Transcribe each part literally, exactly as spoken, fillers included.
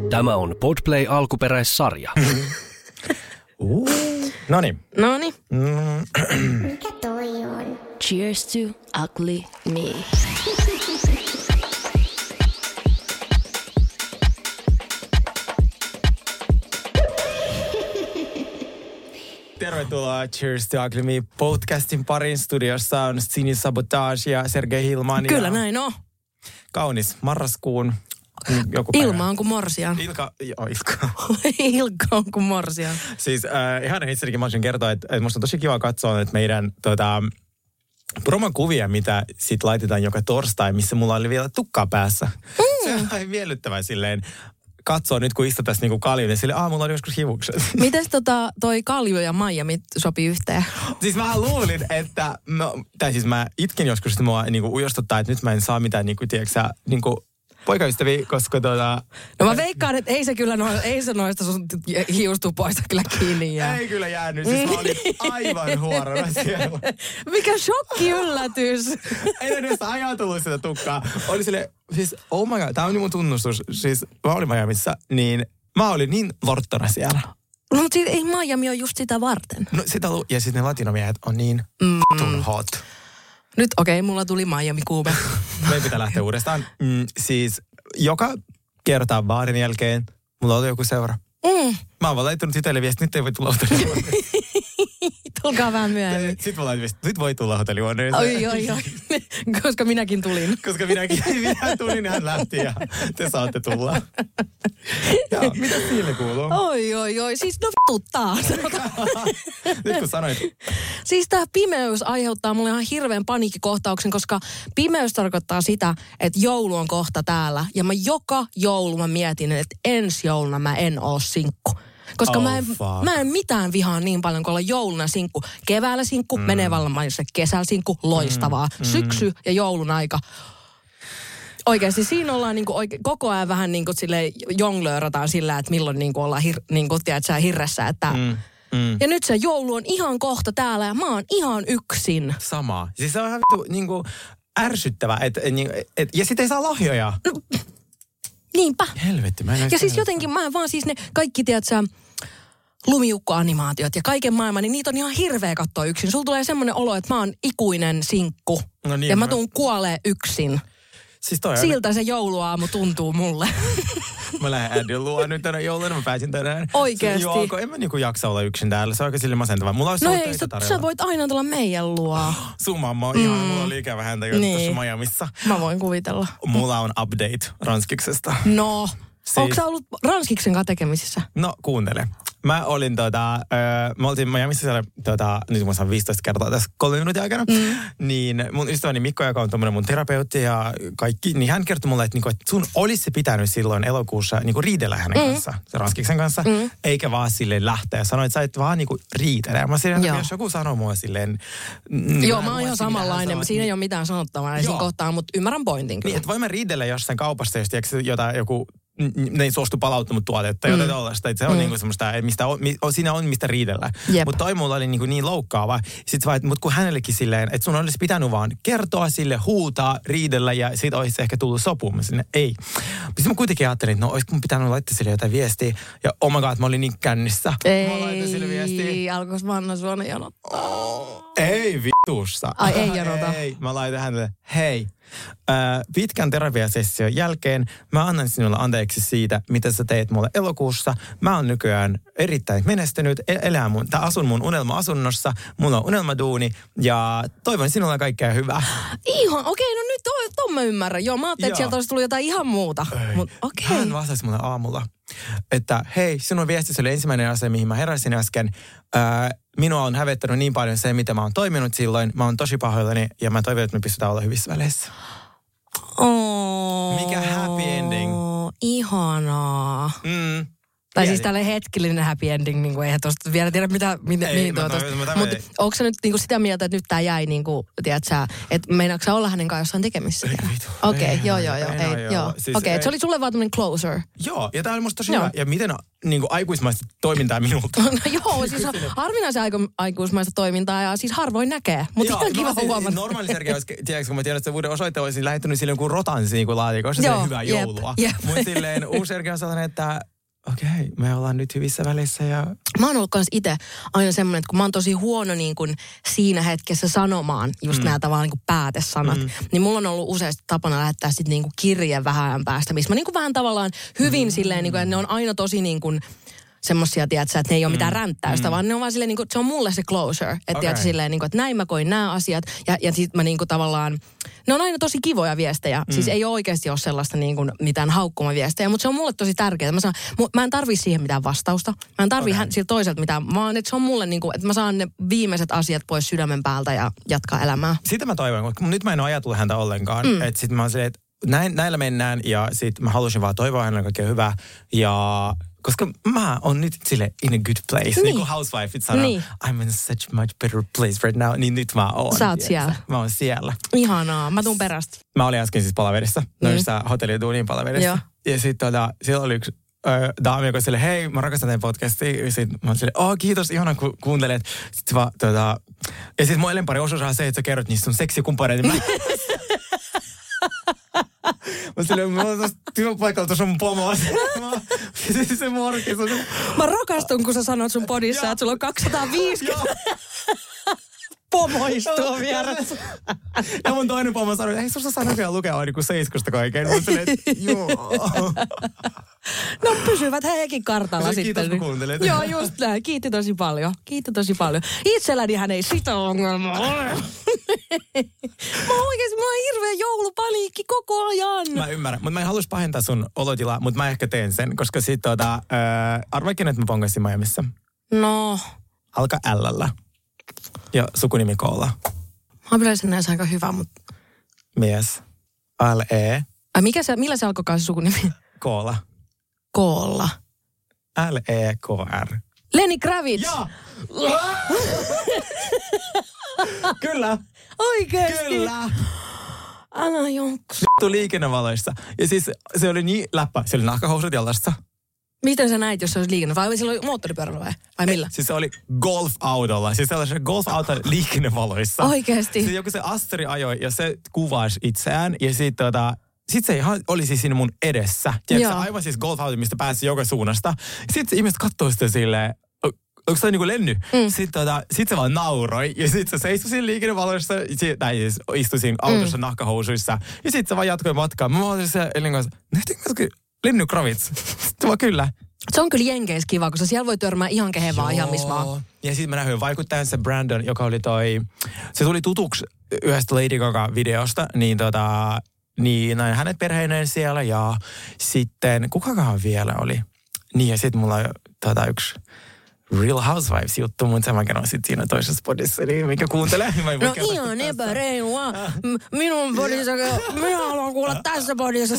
Tämä on Podplay alkuperäissarja. uh, Noniin. Noniin. Mm. Mikä toi on? Cheers to ugly me. Tervetuloa Cheers to Ugly Me podcastin parin. Studiossa on Sini Sabotage ja Sergei Hilman. Kyllä ja näin on. Kaunis marraskuun joku Ilma on kuin morsian. Ilka, joo, Ilka. Ilka on kuin morsian. Siis äh, ihan itsekin mä olisin kertoa, että, että musta on tosi kiva katsoa, että meidän tota, promokuvia, mitä sit laitetaan joka torstai, missä mulla oli vielä tukkaa päässä. Mm. Se on ihan miellyttävää silleen. Katsoo nyt, kun istut tässä niinku kaljuun, ja sille, aah, mulla on joskus hivukset. Mites tota, toi Kalju ja Miami sopii yhteen? Siis mä luulin, että, mä, tai siis mä itkin joskus, että mua niinku ujostuttaa, että nyt mä en saa mitään, niinku, tiedätkö niinku, poikaystäviä, koska tota... No mä veikkaan, että ei se kyllä no, ei se noista sun hiustupoista kyllä kiinni jää. Ei kyllä jäänyt, siis mä olin aivan huorona siellä. Mikä shokki yllätys. En edes ajatellut sitä tukkaa. Oli sille, siis oh my god, tää on mun tunnustus. Siis mä olin Miamissa, niin mä olin niin lorttona siellä. No mutta ei Miami ole just sitä varten. No sitä, ja sitten ne latinomiehet on niin mm. tun hot. Nyt okei, okay, mulla tuli Miami-kuume. Meidän pitää lähteä uudestaan. Mm, siis joka kerta baarin jälkeen mulla oli joku seura. Mm. Mä oon vaan laittanut itselle viesti, nyt ei voi tulla hotellihuoneeseen. Tulkaa vähän myöhemmin. Sitten mä laitin viesti, nyt voi tulla hotellihuoneeseen. Oi, oi, oi. Koska minäkin tulin. Koska minäkin minä tulin, hän lähti ja te saatte tulla. Ja mitä sille kuuluu? Oi, oi, oi. Siis no vituttaa. Nyt kun sanoit. Siis tämä pimeys aiheuttaa mulle ihan hirveän paniikkikohtauksen, koska pimeys tarkoittaa sitä, että joulu on kohta täällä. Ja mä joka joulu mä mietin, että ensi jouluna mä en oo sinkku. Koska oh, mä, en, mä en mitään vihaa niin paljon kuin olla jouluna sinkku. Keväällä sinkku, mm. menee vallan se kesällä sinkku, loistavaa. Mm. Syksy ja joulun aika. Oikeasti siinä ollaan niinku oike, koko ajan vähän niin kuin silleen jonglöörataan sillä, että milloin niinku ollaan hir, niinku, tiedätkö, hirressä. Että mm. Mm. Ja nyt se joulu on ihan kohta täällä ja mä oon ihan yksin. Sama. Siis se on ihan vittu niinku ärsyttävää. Et, et, et, ja sit ei saa lahjoja. No. Niinpä. Helvetti, mä en Ja siis jotenkin mä vaan siis ne kaikki, tiedätkö, lumiukko-animaatiot ja kaiken maailman, niin niitä on ihan hirveä katsoa yksin. Sulla tulee semmoinen olo, että mä oon ikuinen sinkku. No niin, ja mä tuun kuolee yksin. Siis toi Siltä se jouluaamu tuntuu mulle. Mä lähden äidin luo nyt tänä jouluna, mä pääsin tänään. Oikeesti? Joo, en mä niinku jaksa olla yksin täällä, se on aika sille masentavaa. Mulla olisi no ollut ei, töitä tarjolla. Sä voit aina tulla meidän luo. Sun mamma on mm. ihan, mulla oli ikävä häntä jo niin. Tuossa Miamissa. Mä voin kuvitella. Mulla on update Ranskiksesta. No, siis... onko sä ollut Ranskiksen kanssa tekemisissä? No, kuuntele. Mä olin tota, öö, mä oltiin Miamissa siellä tota, nyt mä saan viisitoista kertaa tässä kolme minuutin aikana. Mm. Niin mun ystäväni Mikko, joka on tommonen mun terapeutti ja kaikki, niin hän kertoi mulle, että, niinku, että sun olisi pitänyt silloin elokuussa niinku riidellä hänen mm. kanssa, Ranskiksen kanssa, mm. eikä vaan silleen lähteä. Sanoit, että sä et vaan niinku riitellä. Mä silleen, että jos joku sanoo mua silleen... Niin joo, mä oon ihan samanlainen. Siinä ei ole mitään sanottavaa siinä kohtaa, mutta ymmärrän pointin kyllä. Niin, että voimme riidellä jossain kaupassa, jos tiedätkö, jota joku... ne ei suostu palauttamaan tuotetta, mm. jotain tollaista. Se on mm. niinku semmoista, mistä on, mi, siinä on mistä riidellä. Mutta toi mulla oli niinku niin loukkaava. Sitten vaan, mutta kun hänellekin silleen, että sun olisi pitänyt vaan kertoa sille, huutaa, riidellä ja sit olisi ehkä tullut sopuun. Mä sinne, ei. Sitten mä kuitenkin ajattelin, että no olisiko mun pitänyt laittaa sille jotain viestiä. Ja oh my god, mä olin niin kännissä. Ei, mä laitan sille viestiä. Alkois Vanna Suona janottaa. Oh, ei vitussa. Ai ei janota. Ei, mä laitan hänelle, hei. Äh, pitkän terapiasession jälkeen mä annan sinulle anteeksi siitä, mitä sä teet mulle elokuussa. Mä oon nykyään erittäin menestynyt, elää mun, tai asun mun unelma-asunnossa, mulla on unelmaduuni ja toivon sinulle kaikkea hyvää. Ihan, okei, okay, no nyt to, ton mä ymmärrän. Joo, mä ajattelin, että sieltä olisi tullut jotain ihan muuta. Mut, okay. Hän vastasi mulle aamulla, että hei, sinun viestissä oli ensimmäinen asia, mihin mä heräsin äsken. Äh, minua on hävettänyt niin paljon se, mitä mä oon toiminut silloin. Mä oon tosi pahoillani ja mä toivon, että me pystytään olla hyvissä väleissä. Oh, mikä happy ending. Ihanaa. Mm. Tai siis tällainen hetkellinen happy ending, niin kuin eihän tuosta vielä tiedä mitä, mitä ei, mihin mä, tuo mä, tuosta. mä, mä, Mutta onko sä nyt niin kuin sitä mieltä, että nyt tää jäi niin kuin, tiedätkö sä, että meinaatko sä olla hänen kanssaan jossain tekemissä? Okei, okay, joo, joo, joo. Ei, joo. joo. Siis okei, okay, se oli sulle vaan tämmöinen closer. Joo, ja tää oli musta tosi hyvä. Ja miten niin kuin aikuismaista toimintaa minulta? No joo, siis on harvinaisen aiku, aikuismaista toimintaa ja siis harvoin näkee. Mutta ihan kiva siis, huomata. Normaali Sergei olisi, tiedätkö, kun mä tiedän, että se vuoden osoite olisi lähettänyt sille jonkun rotansi niin kuin laatikossa, se hyvää jep, joulua. Jep. Mutta silleen uusi Sergei on sellainen, että okei, okay, me ollaan nyt hyvissä välissä ja... Mä oon ollut kans itse aina semmoinen, että kun mä oon tosi huono niin kun siinä hetkessä sanomaan just mm. nämä tavallaan niin kuin päätesanat, mm. niin mulla on ollut useasti tapana lähettää sitten niin kuin kirje vähän ajan päästä, missä mä niin kuin vähän tavallaan hyvin mm. silleen, niin kuin, että ne on aina tosi niin kuin semmosia, tiedätkö, että ne ei ole mitään mm. ränttäystä, mm. vaan ne on vaan silleen, niin kuin, se on mulle se closure. Että okay. tiedätkö, silleen, niin kuin, että näin mä koin nämä asiat. Ja, ja sit mä niin kuin tavallaan, ne on aina tosi kivoja viestejä. Mm. Siis ei oikeasti ole sellaista niin kuin mitään haukkumaviestejä, mutta se on mulle tosi tärkeää. Mä, saan, mä en tarvi siihen mitään vastausta. Mä en tarvi okay. hän, siltä toiselta mitään, vaan että se on mulle niin kuin, että mä saan ne viimeiset asiat pois sydämen päältä ja jatkaa elämää. Sitä mä toivon, koska nyt mä en ole ajatellut häntä ollenkaan. Mm. Että sit mä oon silleen, että näin, näillä mennään ja sit mä halusin vaan toivoa hänelle kaikkea hyvää. Ja... Koska mä oon nyt sille in a good place. Niin, niin kuin Housewife sanoo, niin. I'm in such much better place right now. Niin nyt mä oon. Sä oot siellä. Mä oon siellä. Ihanaa, mä tuun perästä. Mä olin äsken siis palaverissa, mm. noissa hotellituunin palaverissa. Joo. Ja sit tota, siellä oli yksi ö, daami, joka sille, hei, mä rakastan teidän podcastia. Ja sit mä oon silleen, oh kiitos, ihana kun kuuntelet. Sit vaan, tota, ja sit mun elempari osuus on se, että sä kerrot niistä sun seksikumppaneita. Mä silleen, mä oon tuossa työpaikalla, tuossa on mun pomo. Siis se morkis. Mä rakastun, kun sä sanot sun podissa, että sulla on kaksisataaviisikymmentä pomo istuu vieressä. Ja mun toinen pomo sanoi, että hei, susta sanoi vielä lukea niin kuin seiskusta kaiken. Mä silleen, että joo. No pysyvät hekin kartalla se sitten. Kiitos, kun kuuntelet. Joo, just näin. Kiitti tosi paljon. Kiitti tosi paljon. Itselläni hän ei sitä ongelmaa ole. Mä oikeesti, mulla on hirveä joulupaniikki koko ajan. Mä ymmärrän, mutta mä en halus pahentaa sun olotilaa, mutta mä ehkä teen sen, koska sit tota, äh, arvaa kenet mä pongasin Miamissä. No. Alka L:llä. Ja sukunimi Koola. Mä pitäisin näissä aika hyvä, mutta... Mies. L-E. Ai mikä se, millä se alkoi se sukunimi? Koola. Koolla. L-E-K-R. Lenny Kravitz. Joo. Kyllä. Oikeesti. Kyllä. Anna jonkus. Tuli liikennevaloissa. Ja siis se oli niin läppä. Se oli nahkahousut jalassa. Miten sä näit, jos se olisi liikenne? Vai sillä oli moottoripyörällä vai? Vai millä? Siis se oli golf-autolla. Siis sellaisella golf-auton liikennevaloissa. Oikeesti? Siis joku se Asteri ajoi ja se kuvasi itseään. Ja sitten tota, sit se ihan oli siis siinä mun edessä. Tiedätkö, aivan siis golf-auto, mistä pääsi joka suunnasta. Sitten se ihmiset katsoi sitä silleen, onko se niinku lennyt? Mm. Sitten tota, sit se vaan nauroi. Ja sitten se seistui siinä liikennevaloissa. Tai siis istui siinä autossa mm. nahkahousuissa. Ja sitten se vaan jatkoi matkaa. Mä olin se Elin kanssa, nähtiinkö Lenny Kravitz? Sitten vaan kyllä. Se on kyllä Jenkeissä kiva, koska siellä voi törmää ihan kehen vaan, ihan missä vaan. Ja sitten mä nähdyin vaikuttajan se Brandon, joka oli toi, se tuli tutuksi yhdestä Lady Gaga-videosta, niin tota, niin näin hänet perheineen siellä ja sitten, kukakaan vielä oli? Niin ja sitten mulla on tota yksi Real Housewives-juttu, mutta mä kerron sitten siinä toisessa podissa, eli mikä kuuntelee. No ihan epäreilua. Minun podissa, minä haluan kuulla tässä podissa.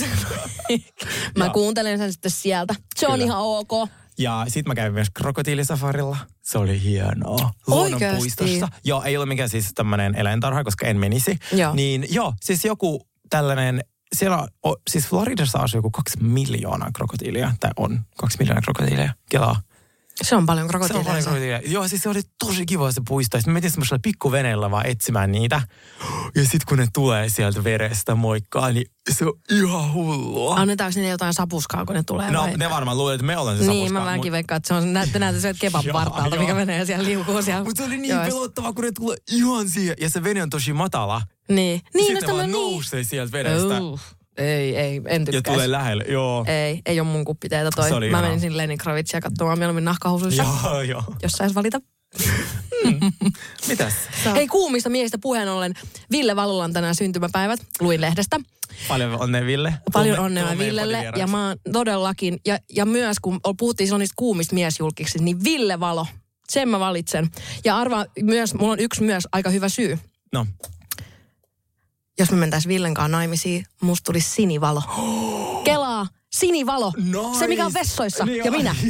Mä kuuntelen sen sitten sieltä. Se on ihan ok. Ja sit mä kävin myös krokotiilisafarilla. Se oli hienoa. Luonnonpuistossa. Joo, ei ole mikään siis tämmönen eläintarha, koska en menisi. Joo. Niin joo, siis joku tällainen, siellä on, siis Floridassa asuu joku kaksi miljoonaa krokotiilia. Tai on kaksi miljoonaa krokotiilia. Kelaa. Se on paljon krokotiileja. Se on paljon krokotiileja. Joo, siis se oli tosi kiva se puisto. Sitten mä menin semmoisella pikkuveneellä vaan etsimään niitä. Ja sitten kun ne tulee sieltä verestä moikkaa, niin se on ihan hullua. Annetaanko niille jotain sapuskaa, kun ne tulee? No, vai? Ne varmaan luulee, että me ollaan se sapuskaa. Niin, mä väänkin veikkaan, että se on, nä, te näette sieltä kebab-vartaalta, mikä menee siellä liukuu siellä. Mutta se oli niin pelottavaa, kun ne tulee ihan siihen. Ja se vene on tosi matala. Niin. niin sitten ne vaan nousee niin. sieltä verestä. Uh. Ei, ei, en tykkäisi. Ja tulee lähelle, joo. Ei, ei ole mun kuppiteitä toi. Mä ihana. Menin sinne Lenny Kravitzia katsomaan mieluummin nahkahousuissa. Joo, joo. Jos sais valita. Hmm. Mitäs? Sä... Hei, kuumista miehistä puheen ollen. Ville Valolla on tänään syntymäpäivät. Luin lehdestä. Paljon onnea Ville. Paljon onnea Villelle. Ja mä oon todellakin, ja, ja myös kun puhuttiin silloin niistä kuumista miesjulkiksista, niin Ville Valo, sen mä valitsen. Ja arvaa myös, mulla on yksi myös aika hyvä syy. No. Jos me mentäis Villen kanssa naimisiin, musta tulisi sinivalo. Kelaa, Sinivalo. Nice. Se, mikä on vessoissa. Niin ja minä.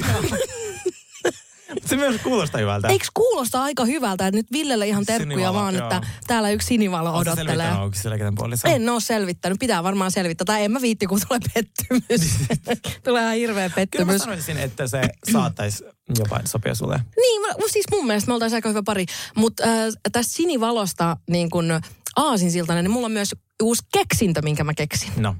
Se myös kuulostaa hyvältä. Eikö kuulosta aika hyvältä, että nyt Villelle ihan terkkuja sinivalo, vaan, joo. Että täällä yksi sinivalo Oletko odottelee. Oletko selvittänyt, onko siellä ketään puolissa? En ole selvittänyt. Pitää varmaan selvittää. Tai en mä viitti, kun tulee pettymys. Tulee ihan hirveä pettymys. Kyllä mä sanoisin, että se saattaisi jopa sopia sulle. Niin, mä, siis mun mielestä me oltaisiin aika hyvä pari. Mutta äh, tästä sinivalosta niin kun aasinsiltainen, niin mulla on myös uusi keksintö, minkä mä keksin. No.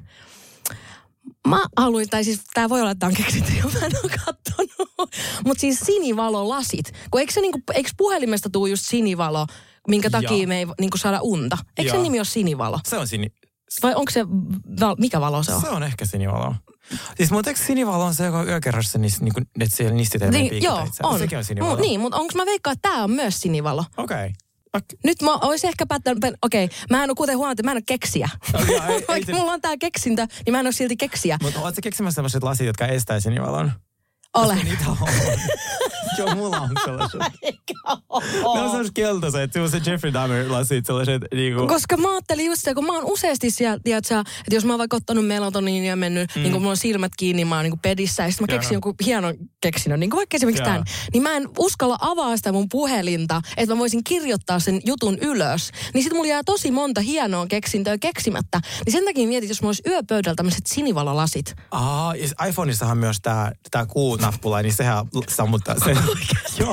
Mä haluin, tai siis tää voi olla, että tää on keksintö, jo mä en ole kattonut. Mutta siis sinivalolasit. Kun eikö, se niinku, eikö puhelimesta tuu just sinivalo, minkä takia Joo. me ei niinku saada unta? Eikö Joo. se nimi ole sinivalo? Se on sini... Vai onko se, val... mikä valo se on? Se on ehkä sinivalo. Siis mun eikö sinivalo on se, joka on yökerrossa, niin, niin kuin, että siellä nistitään niin, piikitä joo, itse. on. Sekin on sinivalo. M- niin, mutta onko mä veikkaan, että tää on myös sinivalo? Okei. Okay. Okay. Nyt mä ois ehkä päättänyt, okei, okay, mä en ole kuten huomannut, että mä en ole keksiä. Okay, ei, ei, se... mulla on tää keksintä, niin mä en ole silti keksiä. Mutta ootko keksimässä sellaiset lasit, jotka estää sinivalon? Ole. Niitä on. Joo, mulla on sellaiset. Eikä ole. Ne on sellaiset keltaiset, se on se Jeffrey Dahmer-lasit, sellaiset niinku... Koska mä ajattelin just se, kun mä oon useasti siellä, tiiätkö, että jos mä oon vaikka ottanut melatoniin ja mennyt, mm. niin kun mulla on silmät kiinni, mä oon niin kuin pedissä, ja sitten mä keksin jonkun hienon keksinnön, niin kuin vaikka esimerkiksi tämän, niin mä en uskalla avaa sitä mun puhelinta, että mä voisin kirjoittaa sen jutun ylös. Niin sit mulla jää tosi monta hienoa keksintöä keksimättä. Niin sen takia mietit, jos mulla olisi yöpöydällä tämmöiset sinivalolasit. Aa, ja iPhoneissahan myös tää, tää kuunappula, niin sehän sammuttaa sen. Joo.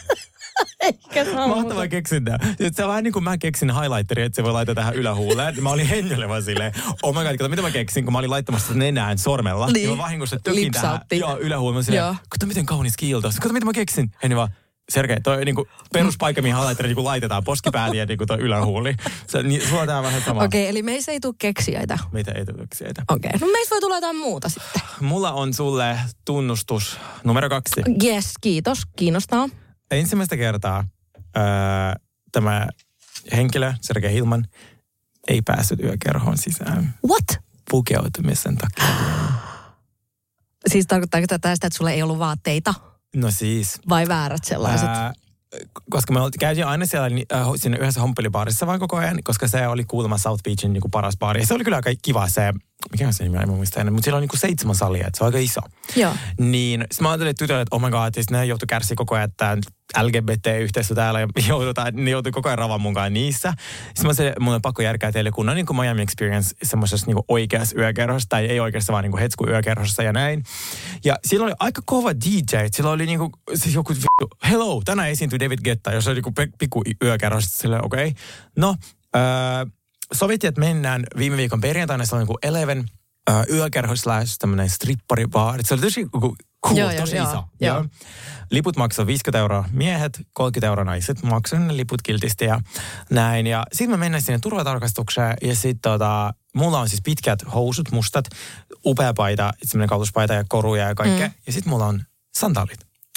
Eikä sammuta. Mahtavaa keksintää. Se on vähän niin kuin mä keksin highlighteria, että se voi laittaa tähän ylähuuleen. Mä olin hengelle vaan silleen, oh my god, kato mitä mä keksin, kun mä olin laittamassa nenään sormella. Niin. Ja mä vahingossa tökin tähän joo, ylähuuleen. Mä silleen, kato miten kaunis kiiltos. Kato mitä mä keksin. Henni vaan, Sergei, toi niinku peruspaikka, mihin highlighteri niinku laitetaan poskipääli ja niinku toi ylähuuli. Se, niin, sulla on tää vähän sama. Okei, okay, eli meissä ei tule keksijöitä. Meitä ei tule keksijöitä. Okei, okay. No meistä voi tulla jotain muuta sitten. Mulla on sulle tunnustus numero kaksi. Yes, kiitos. Kiinnostaa. Ensimmäistä kertaa öö, tämä henkilö, Sergei Hillman, ei päässyt yökerhoon sisään. What? Pukeutumisen takia. Siis tarkoittaako tätä sitä, että sulla ei ollut vaatteita? No siis. Vai väärät sellaiset? Ää, koska me käytiin aina siellä äh, siinä yhdessä homppelibaarissa vaan koko ajan, koska se oli kuulemma South Beachin niin kuin paras baari. Ja se oli kyllä aika kiva se, mikä on se nimi, en muista ennen, mutta siellä on niin kuin seitsemän salia, että se on aika iso. Joo. Niin sitten mä ajattelin, että tytölle, että oh my god, että ne joutui kärsiä koko ajan, että L G B T-yhteisö täällä ja joudutaan, ne joutui koko ajan ravan mukaan niissä. Sitten mä sanoin, mun on pakko järkää teille kunnon niin kuin Miami Experience semmoisessa niin kuin oikeassa yökerhossa, tai ei oikeassa vaan niin kuin hetsku yökerhossa ja näin. Ja sillä oli aika kova D J, sillä oli niin kuin, siis joku vittu, hello, tänään esiintyi David Guetta, jos oli niin kuin pikku yökerhossa, silleen okei. Okay. No, öö, sovittiin, että mennään viime viikon perjantaina, se oli niin kuin Eleven, Uh, yökerho slash tämmöinen stripparibaari. Se oli tosi cool, joo, tosi joo, iso. Joo. Joo. Liput maksoi viisikymmentä euroa miehet, kolmekymmentä euroa naiset. Maksoin ne liput kiltisti ja näin. Ja sitten mä mennään sinne turvatarkastukseen ja sitten tota, mulla on siis pitkät housut, mustat, upea paita, semmoinen kauluspaita ja koruja ja kaikkea. Mm. Ja sitten mulla on sandaalit.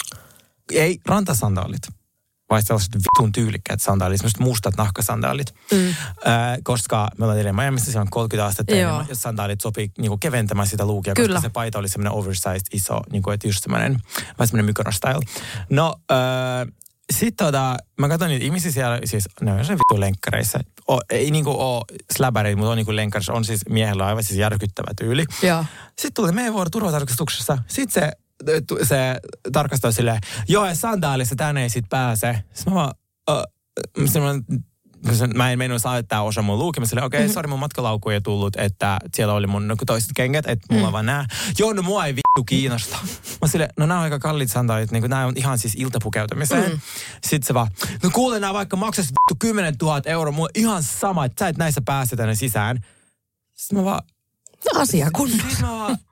Ei, rantasandaalit. Vai sellaiset vitun tyylikkäät sandaalit, sellaiset mustat nahkasandaalit. Mm. Äh, koska me ollaan edelleen Miamiissa, siellä on kolmekymmentä astetta enemmän, ja sandaalit sopii niinku keventämään sitä luukia, koska kyllä. Se paita oli semmoinen oversized, iso, niinku, että just semmoinen, vähän semmoinen Mykonos-style. No, äh, sitten tota, mä katson niitä ihmisiä siellä, siis ne on sen vitun lenkkareissa. O, ei niinku oo släbäreitä, mutta on niinku lenkkarissa, on siis miehellä aivan siis järkyttävä tyyli. Joo. Sitten tuli meidän vuoro turvatarkastuksessa, sitten se se tarkastaa silleen, joo, ja sandaalissa tänne ei sit pääse. Sitten mä vaan, uh, semmoinen, mä en meinannut saada tää osa mun luukin. Mä silleen, okei, okay, mm-hmm. sori, mun matkalauku ei tullut, että siellä oli mun toiset kengät, että mulla mm. vaan nää. Joo, no mua ei vittu kiinnosta. Mä silleen, no nää on aika kalliit sandaalit, niin nää on ihan siis iltapukeutumiseen. Mm. Sitten se vaan, no kuule, nää vaikka maksais vittu kymmenen tuhatta euroa, mulla ihan sama, että sä et näissä pääse tänne sisään. Sitten mä vaan, no asia kunnossa. Sitten mä vaan,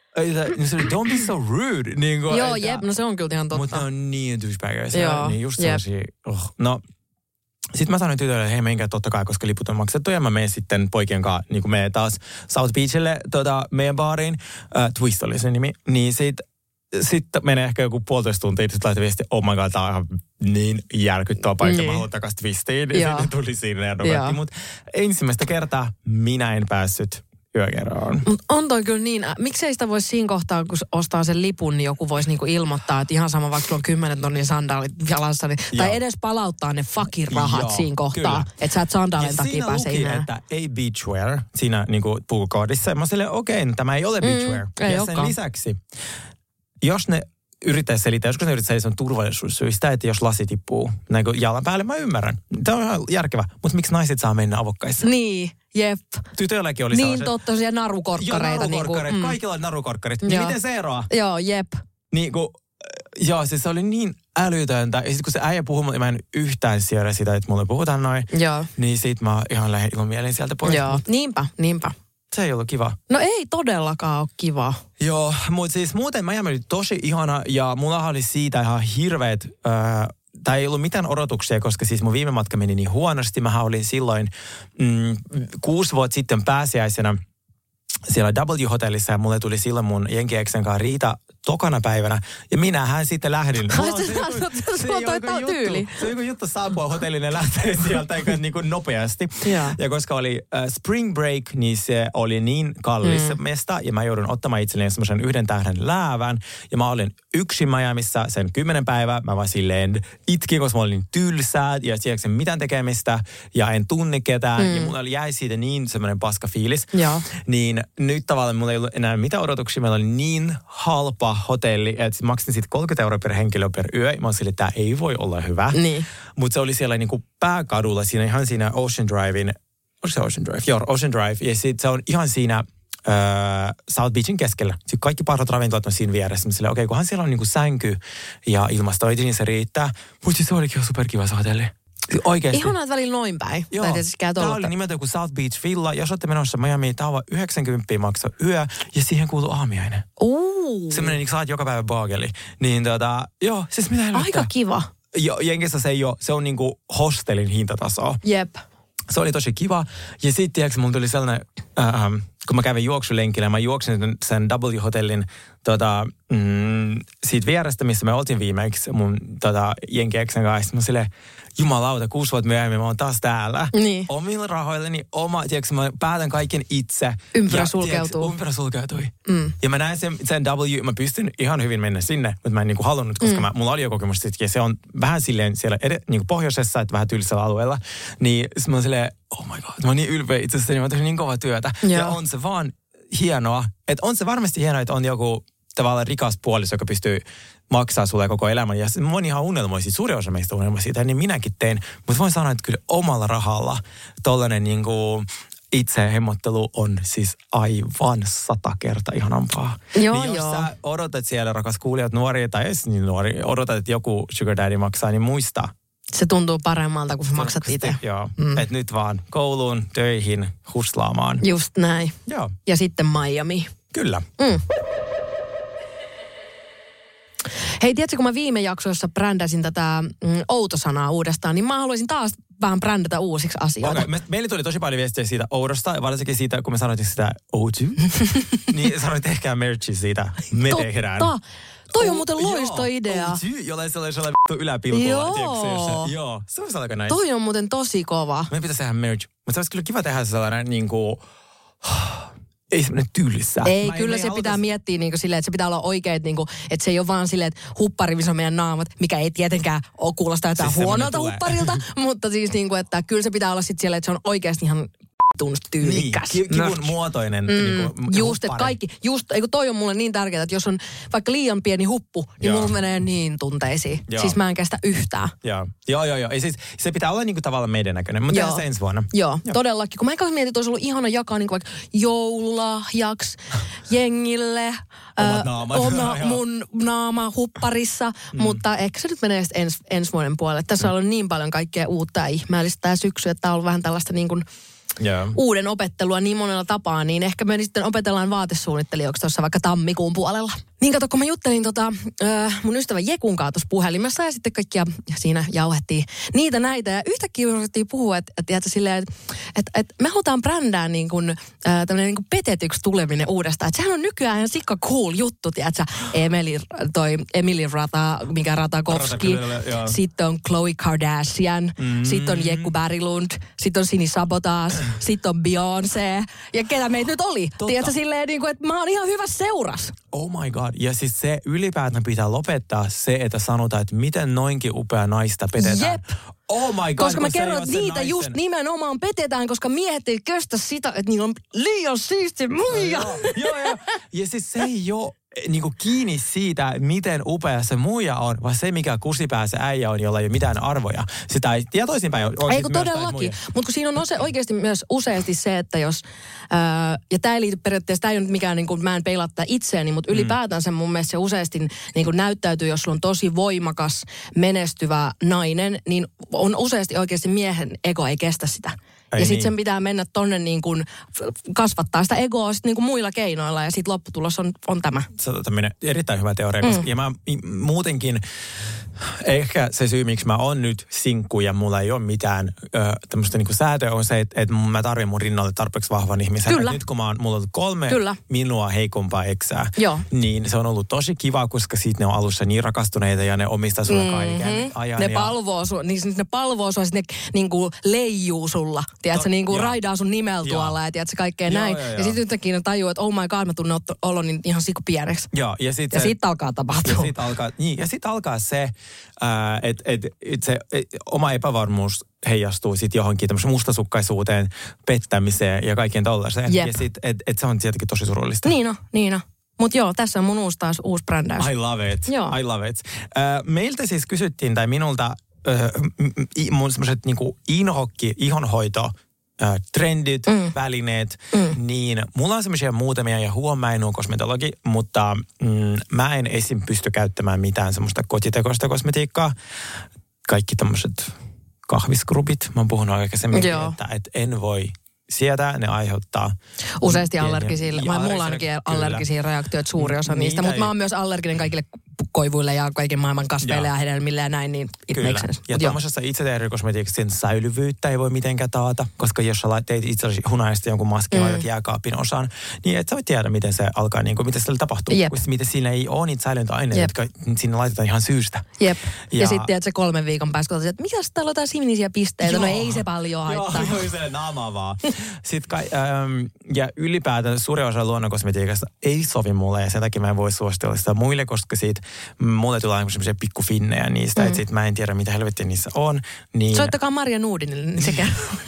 don't be so rude. Niin kuin, joo, että, jep, no se on kyllä ihan totta. Mutta on niin douchebagia. Niin just sellaisia, oh. No, sitten mä sanoin tytölle, että hei menkää totta kai, koska liput on maksettu. Ja mä menen sitten poikien kanssa, niin kuin menen taas South Beachille tota, meidän baariin. Uh, Twist oli se nimi. Niin sitten sit menee ehkä joku puolitoista tuntia, sitten laittaa viesti, oh my god, tää on ihan niin järkyttävä paikka. Niin. Mä haluan takaisin Twistiin. Ja sitten tuli siinä ja nukatti. Mutta ensimmäistä kertaa minä en päässyt yökerhoon. Mutta on toi kyllä niin, miksei sitä voisi siinä kohtaa, kun ostaa sen lipun, niin joku voisi niinku ilmoittaa, että ihan sama, vaikka sulla on kymmenen tonnin sandaalit jalassa, niin, tai edes palauttaa ne fucking rahat Joo, siinä kohtaa, että sä et sandaalin takia pääse enää. Siinä luki, että ei beachwear siinä niinku pukukoodissa. Mä silleen, okei, okay, tämä ei ole beachwear. Mm, ei ja olekaan. Sen lisäksi, jos ne yrittäisi selittää, joskus ne yrittäisi selittää turvallisuussyistä, että jos lasi tippuu näin kuin jalan päälle, mä ymmärrän. Tämä on ihan järkevä. Mutta miksi naiset saa mennä avokkaissa? Niin, jep. Tytöilläkin oli niin sellaiset. Niin totta, siellä narukorkkareita. Joo, narukorkkareita. Niin kuin, mm. Kaikilla on narukorkkarit. Niin miten se eroaa? Joo, jep. Niin kuin, joo, siis se oli niin älytöntä. Ja sitten kun se äijä puhui, mä en yhtään siedä sitä, että mulle puhutaan noin. Joo. Niin sit mä ihan lähdin ilman mielin sieltä pois. Joo, niinpä, niinpä. Se ei ollut kiva. No ei todellakaan ole kiva. Joo, mutta siis muuten Miami oli tosi ihana ja mulla oli siitä ihan hirveät, äh, tai ei ollut mitään odotuksia, koska siis mun viime matka meni niin huonosti. Mähän olin silloin mm, kuusi vuotta sitten pääsiäisenä siellä W-hotellissa ja mulle tuli silloin mun jenkieksen kanssa riita tokana päivänä. Ja minähän sitten lähdin. Se on toi tyyli. Se on joku juttu saapua hotellin ja lähteä sieltä niin kuin nopeasti. Ja. ja koska oli uh, spring break, niin se oli niin kallis mm. mesta. Ja mä joudun ottamaan itselleni semmoisen yhden tähden läävän. Ja mä olin yksin Miamissa sen kymmenen päivää. Mä vaan silleen itkin, koska mä olin niin tylsää ja tiedätkö mitään tekemistä. Ja en tunne ketään. Mm. Ja mulla jäi siitä niin semmoinen paska fiilis. Ja. Niin nyt tavallaan mulla ei ollut enää mitään odotuksia. Meillä oli niin halpa hotelli, että maksin sitten kolmekymmentä euroa per henkilö per yö. Mä olin, että tämä ei voi olla hyvä. Niin. Mutta se oli siellä niinku pääkadulla, siinä ihan siinä Ocean Drivein, onko se Ocean Drive? Joo, Ocean Drive. Ja sitten se on ihan siinä äh, South Beachin keskellä. Sitten kaikki parhaat ravintolat on siinä vieressä. Mä silleen, okei, okay, kunhan siellä on niinku sänky ja ilmastointi, niin se riittää. Mutta se olikin jo superkiva se hotelli. Oikeasti. Ihanaa, että välillä noin päin. Joo, tämä oli nimeltä joku South Beach Villa. Jos olette menossa Miamiin, tämä on yhdeksänkymmentä maksaa yö ja siihen kuuluu aamiainen. Uh. Semmoinen, niin saat joka päivä baageli. Niin tota, joo, siis mitä helvettä. Aika kiva. Jo, Jenkissä se ei ole, se on niinku hostelin hintatasoa. Jep. Se oli tosi kiva. Ja sitten, tiedätkö, mulla tuli sellainen, äh, kun mä kävin juoksulenkillä, mä juoksin sen W-hotellin tota, mm, siitä vierestä, missä me oltiin viimeksi mun tota, jenkieksen kanssa. Mä silleen, jumalauta, kuusi vuotta myöhemmin mä oon taas täällä. Niin. Omilla rahoillani, oma, tiedätkö, mä päätän kaiken itse. Ympyrä sulkeutuu. Ympyrä sulkeutui. Mm. Ja mä näin sen, sen W, mä pystyn ihan hyvin mennä sinne, mutta mä en niinku halunnut, koska mm. mä, mulla oli jo kokemus, ja se on vähän silleen siellä ed- niinku pohjoisessa, että vähän tylsällä alueella. Niin mä oon silleen, oh my god, mä oon niin ylpeä itse asiassa, mä oon tehnyt niin kovaa työtä. Joo. Ja on se vaan hienoa, että on se varmasti hienoa, että on joku tavallaan rikas puoliso, joka pystyy maksaa sulle koko elämän. Ja moni ihan unelmoisi, suuri osa meistä unelmoisi siitä, niin minäkin tein. Mutta voin sanoa, että kyllä omalla rahalla tollainen niin kuin itse hemmottelu on siis aivan sata kertaa ihanampaa. Joo, niin jos joo. sä odotat siellä, rakas kuulijat, nuoria tai edes niin nuori, odotat, että joku sugar daddy maksaa, niin muista. Se tuntuu paremmalta, kun sä maksat itse. Joo, mm. että nyt vaan kouluun, töihin, huslaamaan. Just näin. Joo. Ja sitten Miami. Kyllä. Mm. Hei, tiedätkö, kun mä viime jaksoissa brändäsin tätä mm, outosanaa uudestaan, niin mä haluaisin taas vähän brändätä uusiksi asioita. Okay, me, meille tuli tosi paljon viestiä siitä oudosta, varsinkin siitä, kun me sanoitin sitä outu, niin sanoit tehkää merchi siitä, me Totta. tehdään. Toi on muuten loistoidea. Outu, jollain sellaisella vittu yläpilkulla. Joo. Joo, se olisi aika nice. Toi on muuten tosi kova. Me pitäisi tehdä merch, mutta se olisi kyllä kiva tehdä sellainen niin kuin, ei semmoinen tylsä. Ei, mä kyllä se pitää haluta miettiä niin kuin silleen, että se pitää olla oikein, niin kuin, että se ei ole vaan silleen, että huppari, missä on meidän naamat, mikä ei tietenkään ole kuulostaa jotain siis huonolta hupparilta, mutta siis niin kuin, että kyllä se pitää olla sitten siellä, että se on oikeasti ihan tunnusta tyylikkäs. Niin, kivun muotoinen. Mm, niin kuin, just, että kaikki, just, eikö toi on mulle niin tärkeää, että jos on vaikka liian pieni huppu, niin joo, mulla menee niin tunteisiin. Joo. Siis mä en kestä yhtään. Joo, joo, joo. joo. Siis, se pitää olla niin kuin tavallaan meidän näköinen, mutta tehdään se ensi vuonna. Joo, joo, todellakin. Kun mä eikä mietin, että olisi ollut ihana jakaa niin kuin vaikka joululahjaksi jengille. Omat naamat. Oma, mun naama hupparissa, mm. mutta ehkä se nyt menee ens, ensi vuoden puolelle. Tässä on ollut niin paljon kaikkea uutta ja ihmeellistä tämä syksy, että tämä on ollut vähän tällaista niin kuin yeah, uuden opettelua niin monella tapaa, niin ehkä me sitten opetellaan vaatesuunnittelijoiksi tuossa vaikka tammikuun puolella. Niin kato, kun mä juttelin tota, äh, mun ystävän Jekun kanssa tuossa puhelimessa ja sitten kaikkia siinä jauhettiin niitä näitä. Ja yhtäkkiä ruvettiin puhua, että et, et, silleen, että et, et me halutaan brändää niin kuin, äh, tämmöinen niin kuin petetyksi tuleminen uudestaan. Että sehän on nykyään ihan sikka cool juttu, tiedätkö? Emily, toi Emily Rata, mikä Ratajkowski. Sitten on Khloe Kardashian. Mm. Sitten on Jekku Berglund. Sitten on Sini Sabotage. Sitten on Beyoncé. Ja ketä meitä nyt oli? Totta. Tiedätkö silleen, niin kuin, että mä oon ihan hyvä seuras. Oh my god. Ja siis se ylipäätään pitää lopettaa se, että sanotaan, että miten noinkin upea naista petetään. Jep. Oh my god. Koska mä kerron, että niitä naisen... just nimenomaan petetään, koska miehet ei kestä sitä, että niillä on liian siisti muija. Joo, joo, joo. Ja siis se ei ole niinku kiinni siitä, miten upea se muija on, vaan se, mikä kusipää se äijä on, jolla ei ole mitään arvoja. Sitä ei, ja toisinpäin on. Ei kun todellakin. Mutta kun siinä on ose, oikeasti myös useasti se, että jos, ää, ja tämä ei liity periaatteessa, tämä ei ole mikään, niin kuin, mä en peilattaa itseäni, mutta ylipäätänsä mun mielestä se useasti niin kuin näyttäytyy, jos sulla on tosi voimakas, menestyvä nainen, niin on useasti oikeasti miehen ego ei kestä sitä. Ei ja sitten niin. Sen pitää mennä tonne niin kuin kasvattaa sitä egoa sit niin kuin muilla keinoilla ja sitten lopputulos on, on tämä. Se on tämmöinen erittäin hyvä teoria. Mm. Ja mä muutenkin, ehkä se syy, miksi mä oon nyt sinkku ja mulla ei ole mitään ö, tämmöistä niin kuin säätöä on se, että, että mä tarvitsen mun rinnalle tarpeeksi vahvan ihmisen. Kyllä. Nyt kun mä oon, mulla on kolme Kyllä. minua heikompaa eksää, Joo. niin se on ollut tosi kiva, koska siitä ne on alussa niin rakastuneita ja ne omistaa sulle kaiken mm-hmm. ajan. Ne ja... palvoo sua, niin ne palvoo sua, ne niin kuin leijuu sulla. Tiedätkö, niin kuin raidaa sun nimellä tuolla ja tiedätkö, kaikkea joo, näin. Jo, jo. Ja sitten yhtäkkiä ne tajuu, että oh my god, mä tunnen olon niin ihan sikupiereksi. Joo, ja sitten sit alkaa tapahtua. Ja sitten alkaa, niin, ja sit alkaa se, että et, et se et, oma epävarmuus heijastuu sitten johonkin tämmöiseen mustasukkaisuuteen, pettämiseen ja kaikkeen tollaiseen. Jep. Ja sitten, että et se on tietenkin tosi surullista. Niin on, niin on. Mutta joo, tässä on mun uusi taas uusi brändäys. I love it. Joo. I love it. Uh, meiltä siis kysyttiin, tai minulta uh, mun semmoiset niinku inhokki, ihonhoito, uh, trendit, mm. välineet, mm. niin mulla on semmoisia muutamia, ja huom, mä en ole kosmetologi, mutta mm, mä en esim. Pysty käyttämään mitään semmoista kotitekoista kosmetiikkaa. Kaikki tämmöiset kahviskrupit, mä oon puhunut aikaisemmin, että et en voi sietää, ne aiheuttaa useasti allergisia, vai mulla ainakin allergisia reaktioita, suuri osa niistä, mutta mä oon myös allerginen kaikille koivuille ja kaiken maailman kasveille ja, ja hedelmille ja näin, niin it Kyllä. makes sense. Ja tuommoisessa itsetehdykosmetiikassa sen säilyvyyttä ei voi mitenkään taata, koska jos sä teit itsellesi hunaista jonkun maskin mm. laitat jääkaapin osan, niin et sä voi tiedä, miten se alkaa, niin kuin, miten se tapahtuu. Yep. Koska miten siinä ei ole niitä säilyntäaineita, yep. jotka sinne laitetaan ihan syystä. Jep. Ja, ja sitten tiedät se kolmen viikon päästä, että mitäs täällä on jotain sinisiä pisteitä, no ei se paljon haittaa. Joo, se naamaa vaan. Sitten kai, ähm, ja ylipäätään suuri osa luonnonkosmetiikasta ei sovi mulle ja sen takia mä en voi suositella sitä muille, koska siitä mulle tulee aina semmoisia pikkufinnejä niistä, mm. että sit mä en tiedä mitä helvettiä niissä on. Niin... Soittakaa Marja Nuudinille, niin sekä.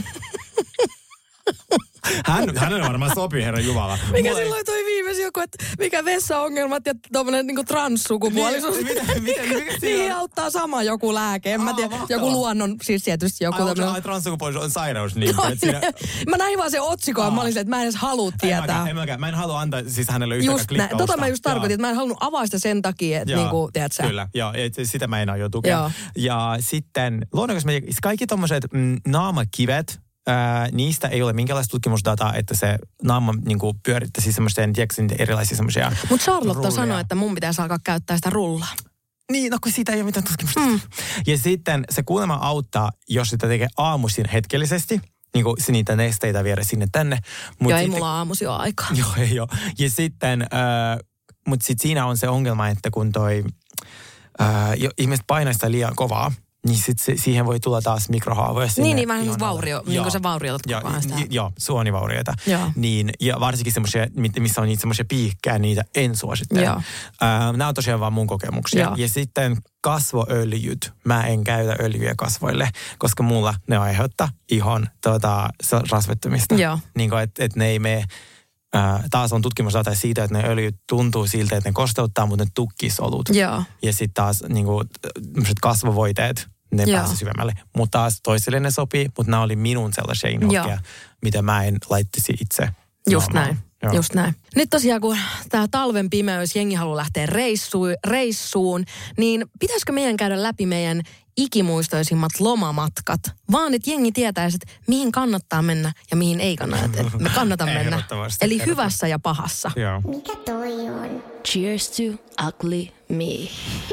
Hän, hänelle varmaan sopii, herra Jumala. Mikä mulle... silloin toi viimeisi joku, että mikä vessaongelmat ja tommonen niinku transsukupuolisuus. Niin, mitä, mitä, mikä niin auttaa sama joku lääke. En Aa, mä tiedä, mahtavaa. Joku luonnon, siis tietysti joku ai, tämmönen. Ai, transsukupuolisuus on sairaus. Niin, no, siinä... Mä näin vaan se otsikon, mä olin silleen, että mä en edes halua tietää. En mäkään, mä en halua antaa siis hänelle yhtäkään klikkausta. Tota mä just tarkoitin, että mä en halunnut avaa sitä sen takia, että niinku, tiedätkö sä. Kyllä, joo, sitä mä en aio tukea. Ja sitten luonnonkosmetiikka, kaikki tommoset mm, naamakivet, Ää, niistä ei ole minkäänlaista tutkimusdataa, että se naama niin kuin pyörittäisi semmoisten, tiedätkö, erilaisia semmoisia Mutta Charlotte sanoi, että mun pitäisi alkaa käyttää sitä rullaa. Niin, no kun siitä ei ole mitään tutkimusta. Mm. Ja sitten se kuulemma auttaa, jos sitä tekee aamuisin hetkellisesti, niin kuin niitä nesteitä viedä sinne tänne. Mut joo, ei sitten, mulla aamuisin ole aikaa. Joo, ei ole. Ja sitten, äh, mutta sitten siinä on se ongelma, että kun toi äh, ihmiset painaa sitä liian kovaa, niin sitten siihen voi tulla taas mikrohaavoja. Niin, niin vähän vaurio, niin kuin se vaurioitat koko ajan sitä. Joo, suonivaurioita. Niin, ja varsinkin semmoisia, missä on niitä semmoisia piikkää, niitä en suosittele. Äh, nämä on tosiaan vaan mun kokemuksia. Joo. Ja sitten kasvoöljyt. Mä en käytä öljyjä kasvoille, koska mulla ne aiheuttaa ihon tota, rasvettumista. Joo. Niin kuin, että et ne ei mene. Äh, taas on tutkimusdata siitä, että ne öljyt tuntuu siltä, että ne kosteuttaa, mutta ne tukkii solut. Joo. Ja sitten taas niin kuin, kasvovoiteet, ne pääsee syvemmälle. Mutta taas toisille ne sopii, mutta nämä oli minun sellaisia inhokkeja, mitä mä en laittisi itse. Just naamaan. Näin. Joo. Just näin. Nyt tosiaan, kun tämä talven pimeys, jengi haluaa lähteä reissuun, reissuun, niin pitäisikö meidän käydä läpi meidän ikimuistoisimmat lomamatkat? Vaan, että jengi tietäisi, että mihin kannattaa mennä ja mihin ei kannata. Että me kannata mennä. Eli hyvässä ja pahassa. Joo. Mikä toi on? Cheers to ugly me.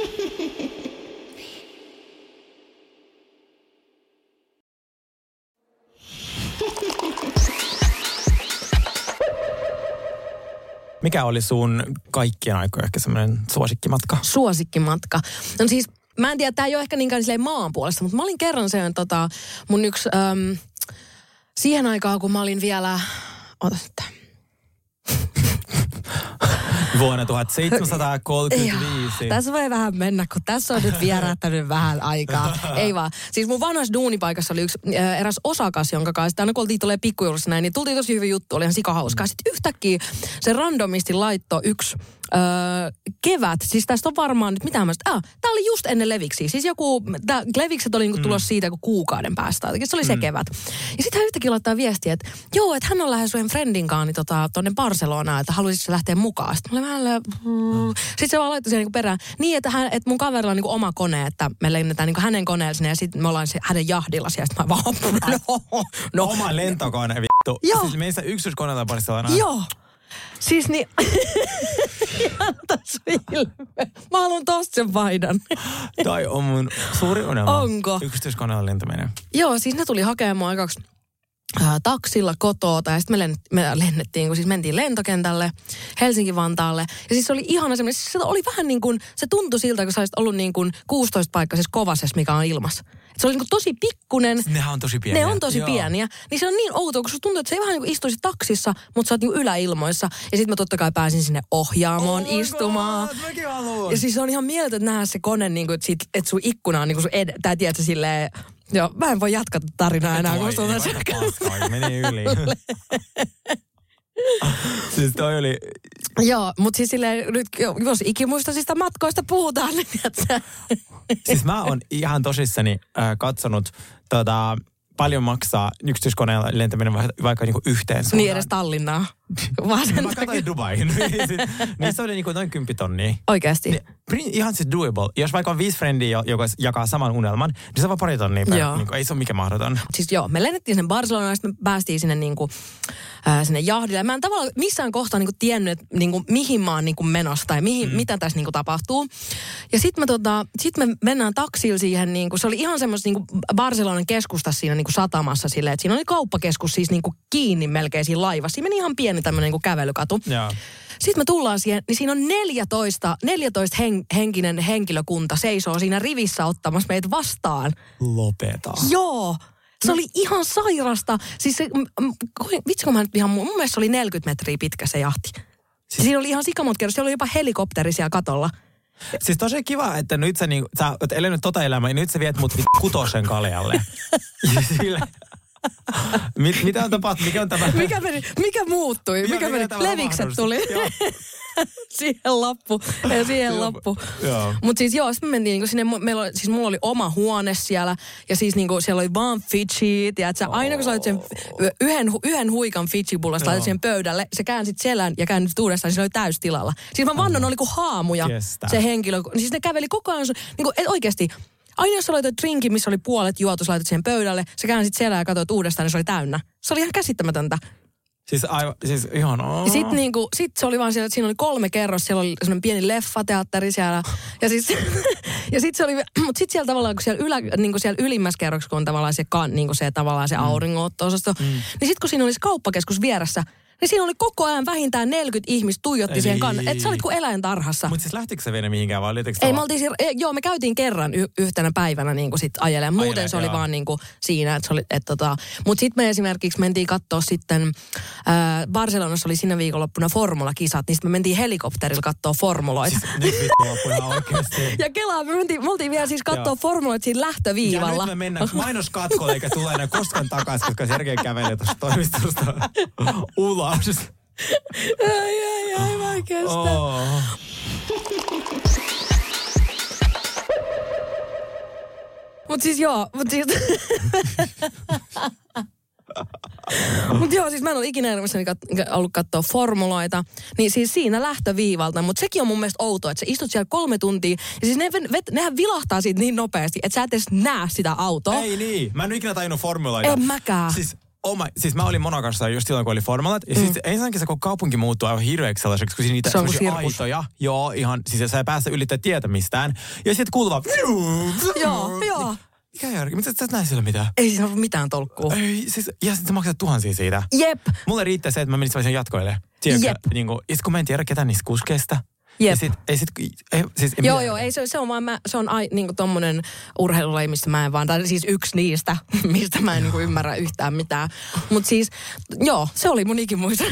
Mikä oli sun kaikkien aikojen ehkä semmoinen suosikkimatka? Suosikkimatka. No siis, mä en tiedä, tää ei ole ehkä niinkään silleen maan puolesta, mutta mä olin kerran sen tota, mun yksi, äm, siihen aikaan kun mä olin vielä, ota sitten. Vuonna tuhatseitsemänsataakolmekymmentäviisi. Tässä voi vähän mennä, kun tässä on nyt vierähtänyt vähän aikaa. Ei vaan. Siis mun vanhassa duunipaikassa oli yksi äh, eräs osakas, jonka kanssa aina kun oltiin tulee pikkujoulussa näin, niin tultiin tosi hyvin juttu, oli ihan sikahauskaa. Sitten yhtäkkiä se randomisti laittoi yksi öö, kevät, siis tästä on varmaan nyt mitään mä sitä, ah, tää oli just ennen Leviksiä. Siis joku, tää Levikset oli niinku tulossa mm. siitä kun kuukauden päästä. Jotenkin se oli se mm. kevät. Ja sitten hän yhtäkkiä laittaa viestiä, että joo, että hän on lähes yhden friendin kanssa niin tota, tonne Barcelonaan, että haluaisitko lähteä mukaan. Sitten mä olin vähän, mm. Sitten se vaan laittoi siihen niinku perään, niin että, hän, että mun kaverilla on niinku oma kone, että me lennetään niinku hänen koneella sinne ja sitten me ollaan se, hänen jahdilla siellä. Sitten mä vaan, no, no. Oma lentokone, vittu. Joo. Siis meissä yksityiskoneella Barcelonaan. Joo. Siis niin, ihan taas ilme. Mä haluan tosta sen paidan. Tai on mun suuri unelma. Onko? Yksityiskoneella lentäminen. Joo, siis ne tuli hakemaan aikaksi äh, taksilla kotoa. Ja sitten me, lennet, me lennettiin, kun siis mentiin lentokentälle Helsinki-Vantaalle. Ja siis se oli ihana semmoinen, siis se oli vähän niin kuin, se tuntui siltä, kun sä olisit ollut niin kuin kuusitoista paikkaisessa Kovasessa, mikä on ilmassa. Se oli niin kuin tosi pikkunen. Nehän on tosi pieniä. Ne on tosi Joo. pieniä. Niin se on niin outoa, kun susta tuntuu, että se ei vähän niin kuin istuisi taksissa, mutta sä oot niin yläilmoissa. Ja sitten mä totta kai pääsin sinne ohjaamoon oh istumaan. God, mäkin haluan. Ja siis se on ihan mieletön nähdä se kone, niin kuin, että, sit, että sun ikkuna on niin kuin sun ed- tää tiedät sä silleen, joo, mä en voi jatkaa tarinaa enää, kun sulla on se. Meni yli. Siis toi oli... Joo, mutta siis silleen, nyt jos ikimuistoisista matkoista puhutaan, niin tiedätkö? Siis mä oon ihan tosissani äh, katsonut tota, paljon maksaa yksityiskoneella lentäminen vaikka niinku yhteen suuntaan. Niin edes Tallinnaa. Vaan sen mä katsoin Dubaihin. Niin se oli niinku noin kymppi tonnia. Oikeesti? Niin, ihan siis doable. Jos vaikka on viisi frendiä, joka jakaa saman unelman, niin se on vaan pari tonnia per. Niinku, ei se ole mikään mahdoton. Siis joo, me lennettiin sen Barcelonaan ja sitten me päästiin sinne, niinku, äh, sinne jahdille. Mä en tavallaan missään kohtaa niinku tiennyt, että niinku, mihin mä oon niinku menossa tai mihin, mm. mitä tässä niinku tapahtuu. Ja sitten me, tota, sit me mennään taksilla siihen, niinku, se oli ihan semmoista niinku Barcelonan keskustassa siinä niinku satamassa silleen, että siinä oli kauppakeskus siis niinku kiinni melkein siinä laivassa. Siinä meni ihan pieni tämmöinen niinku kävelykatu. Jaa. Sitten me tullaan siihen, niin siinä on neljätoista, neljätoista hen, henkinen henkilökunta seisoo siinä rivissä ottamassa meitä vastaan. Lopeta. Joo. Se oli ihan sairasta. Siis se, vitsi kun mä nyt ihan, mun mielestä se oli neljäkymmentä metriä pitkä se jahti. Siis, siinä oli ihan sikamonkerros, siellä oli jopa helikopteri siellä katolla. Siis tosi kiva, että nyt sä, niin, sä oot elänyt tota elämää ja nyt sä viet mut kutosen kaljalle. Sillä... Mit, mitä on tapahtunut? Mikä on tämä? Mikä, meni, mikä muuttui? Mikä, mikä meni? Levikset tuli. siihen lappu. Ja siihen lappu. Mutta siis joo, sitten me mentiin niinku sinne, meillä oli, siis mulla oli oma huone siellä. Ja siis niinku siellä oli vaan Fidži. Tiedätkö, aina kun sä olet sen yhden, yhden huikan Fidži-pullasta, laitat sen pöydälle, sä käänsit selän ja käännyt uudestaan, niin se oli täystilalla. Siis mä vannon, oli kuin haamuja Kestä. se henkilö. Siis ne käveli koko ajan, niinku, et oikeasti. Aina jos sä laitat drinkin, missä oli puolet juotu, sä laitat siihen pöydälle, sä käänsit selää ja katsoit uudestaan, niin se oli täynnä. Se oli ihan käsittämätöntä. Siis aivan, siis ihanaa. Ja sit niinku, sit se oli vaan siellä, että siinä oli kolme kerros, siellä oli semmoinen pieni leffateatteri siellä. Ja siis, ja sit se oli, mut sit siellä tavallaan, kun siellä, ylä, niinku siellä ylimmässä kerroksessa, kun on tavallaan se, kan, niinku se tavallaan se auringonotto-osasto, mm. niin sit kun siinä oli se kauppakeskus vieressä, niin siinä oli koko ajan vähintään neljäkymmentä ihmistä tuijotti Eli... siihen kannan. Että sä olit kuin eläintarhassa. Mutta siis lähtikö se vielä mihinkään vai olitteko Ei, me oltiin siinä, joo, me käytiin kerran y- yhtenä päivänä niin kuin sit ajelemaan. Muuten Ajele, se oli joo. vaan niin kuin siinä, että se oli, että tota. Mutta sitten me esimerkiksi mentiin katsoa sitten, äh, Barcelonassa oli siinä viikonloppuna formulakisat, niin sitten me mentiin helikopterilla katsoa formuloita. Siis nyt vittu ihan oikeasti. Ja kelaa, me, mentiin, me oltiin vielä siis katsoa formuloita siinä lähtöviivalla. Ja nyt me mennään mainoskatkolle eikä tule enää koskaan takaisin, koska Sergei kävelee tuosta toimistosta ulos. Ai, ai, ai, mä kestä. Oh. Mut siis joo, mut siis... Mut joo, siis mä en ole ikinä elämässäni kat- ollut katsoa formuloita. Niin siis siinä lähtöviivalta. Mut sekin on mun mielestä outoa, että sä istut siellä kolme tuntia. Ja siis ne, vet, nehän vilahtaa siitä niin nopeasti, että sä et edes näe sitä autoa. Ei niin. Mä en ole ikinä tajunnut formuloita. En mäkään. Siis Oh my, siis mä olin Monacossa just silloin, kun oli formalat. Ja mm. siis ensinnäkin se, kun kaupunki muuttuu aivan hirveäksi sellaiseksi, kun niitä sellaisia aitoja. Joo, ihan, siis sä ei päästä ylittää tietä mistään. Ja sitten kuuluu vaan... Joo, joo. Mikä järki? Mitä sä et näe sillä mitään? Ei siinä ole mitään tolkkua. Ei, siis, ja sitten sä maksat tuhansia siitä. Jep. Mulle riittää se, että mä menisin vaan sen jatkoille. Tiedätkö, Jep. Niin kuin, ja kun mä en tiedä ketään niistä kuskeista. Jep. Ja sit, ei sit, ei, siis, joo, mitään. joo, ei se, se on vaan, mä, se on ai, niinku tommonen urheilulaji, mistä mä en vaan, tai siis yksi niistä, mistä mä en niinku ymmärrä yhtään mitään. Mut siis, joo, se oli mun ikimuista.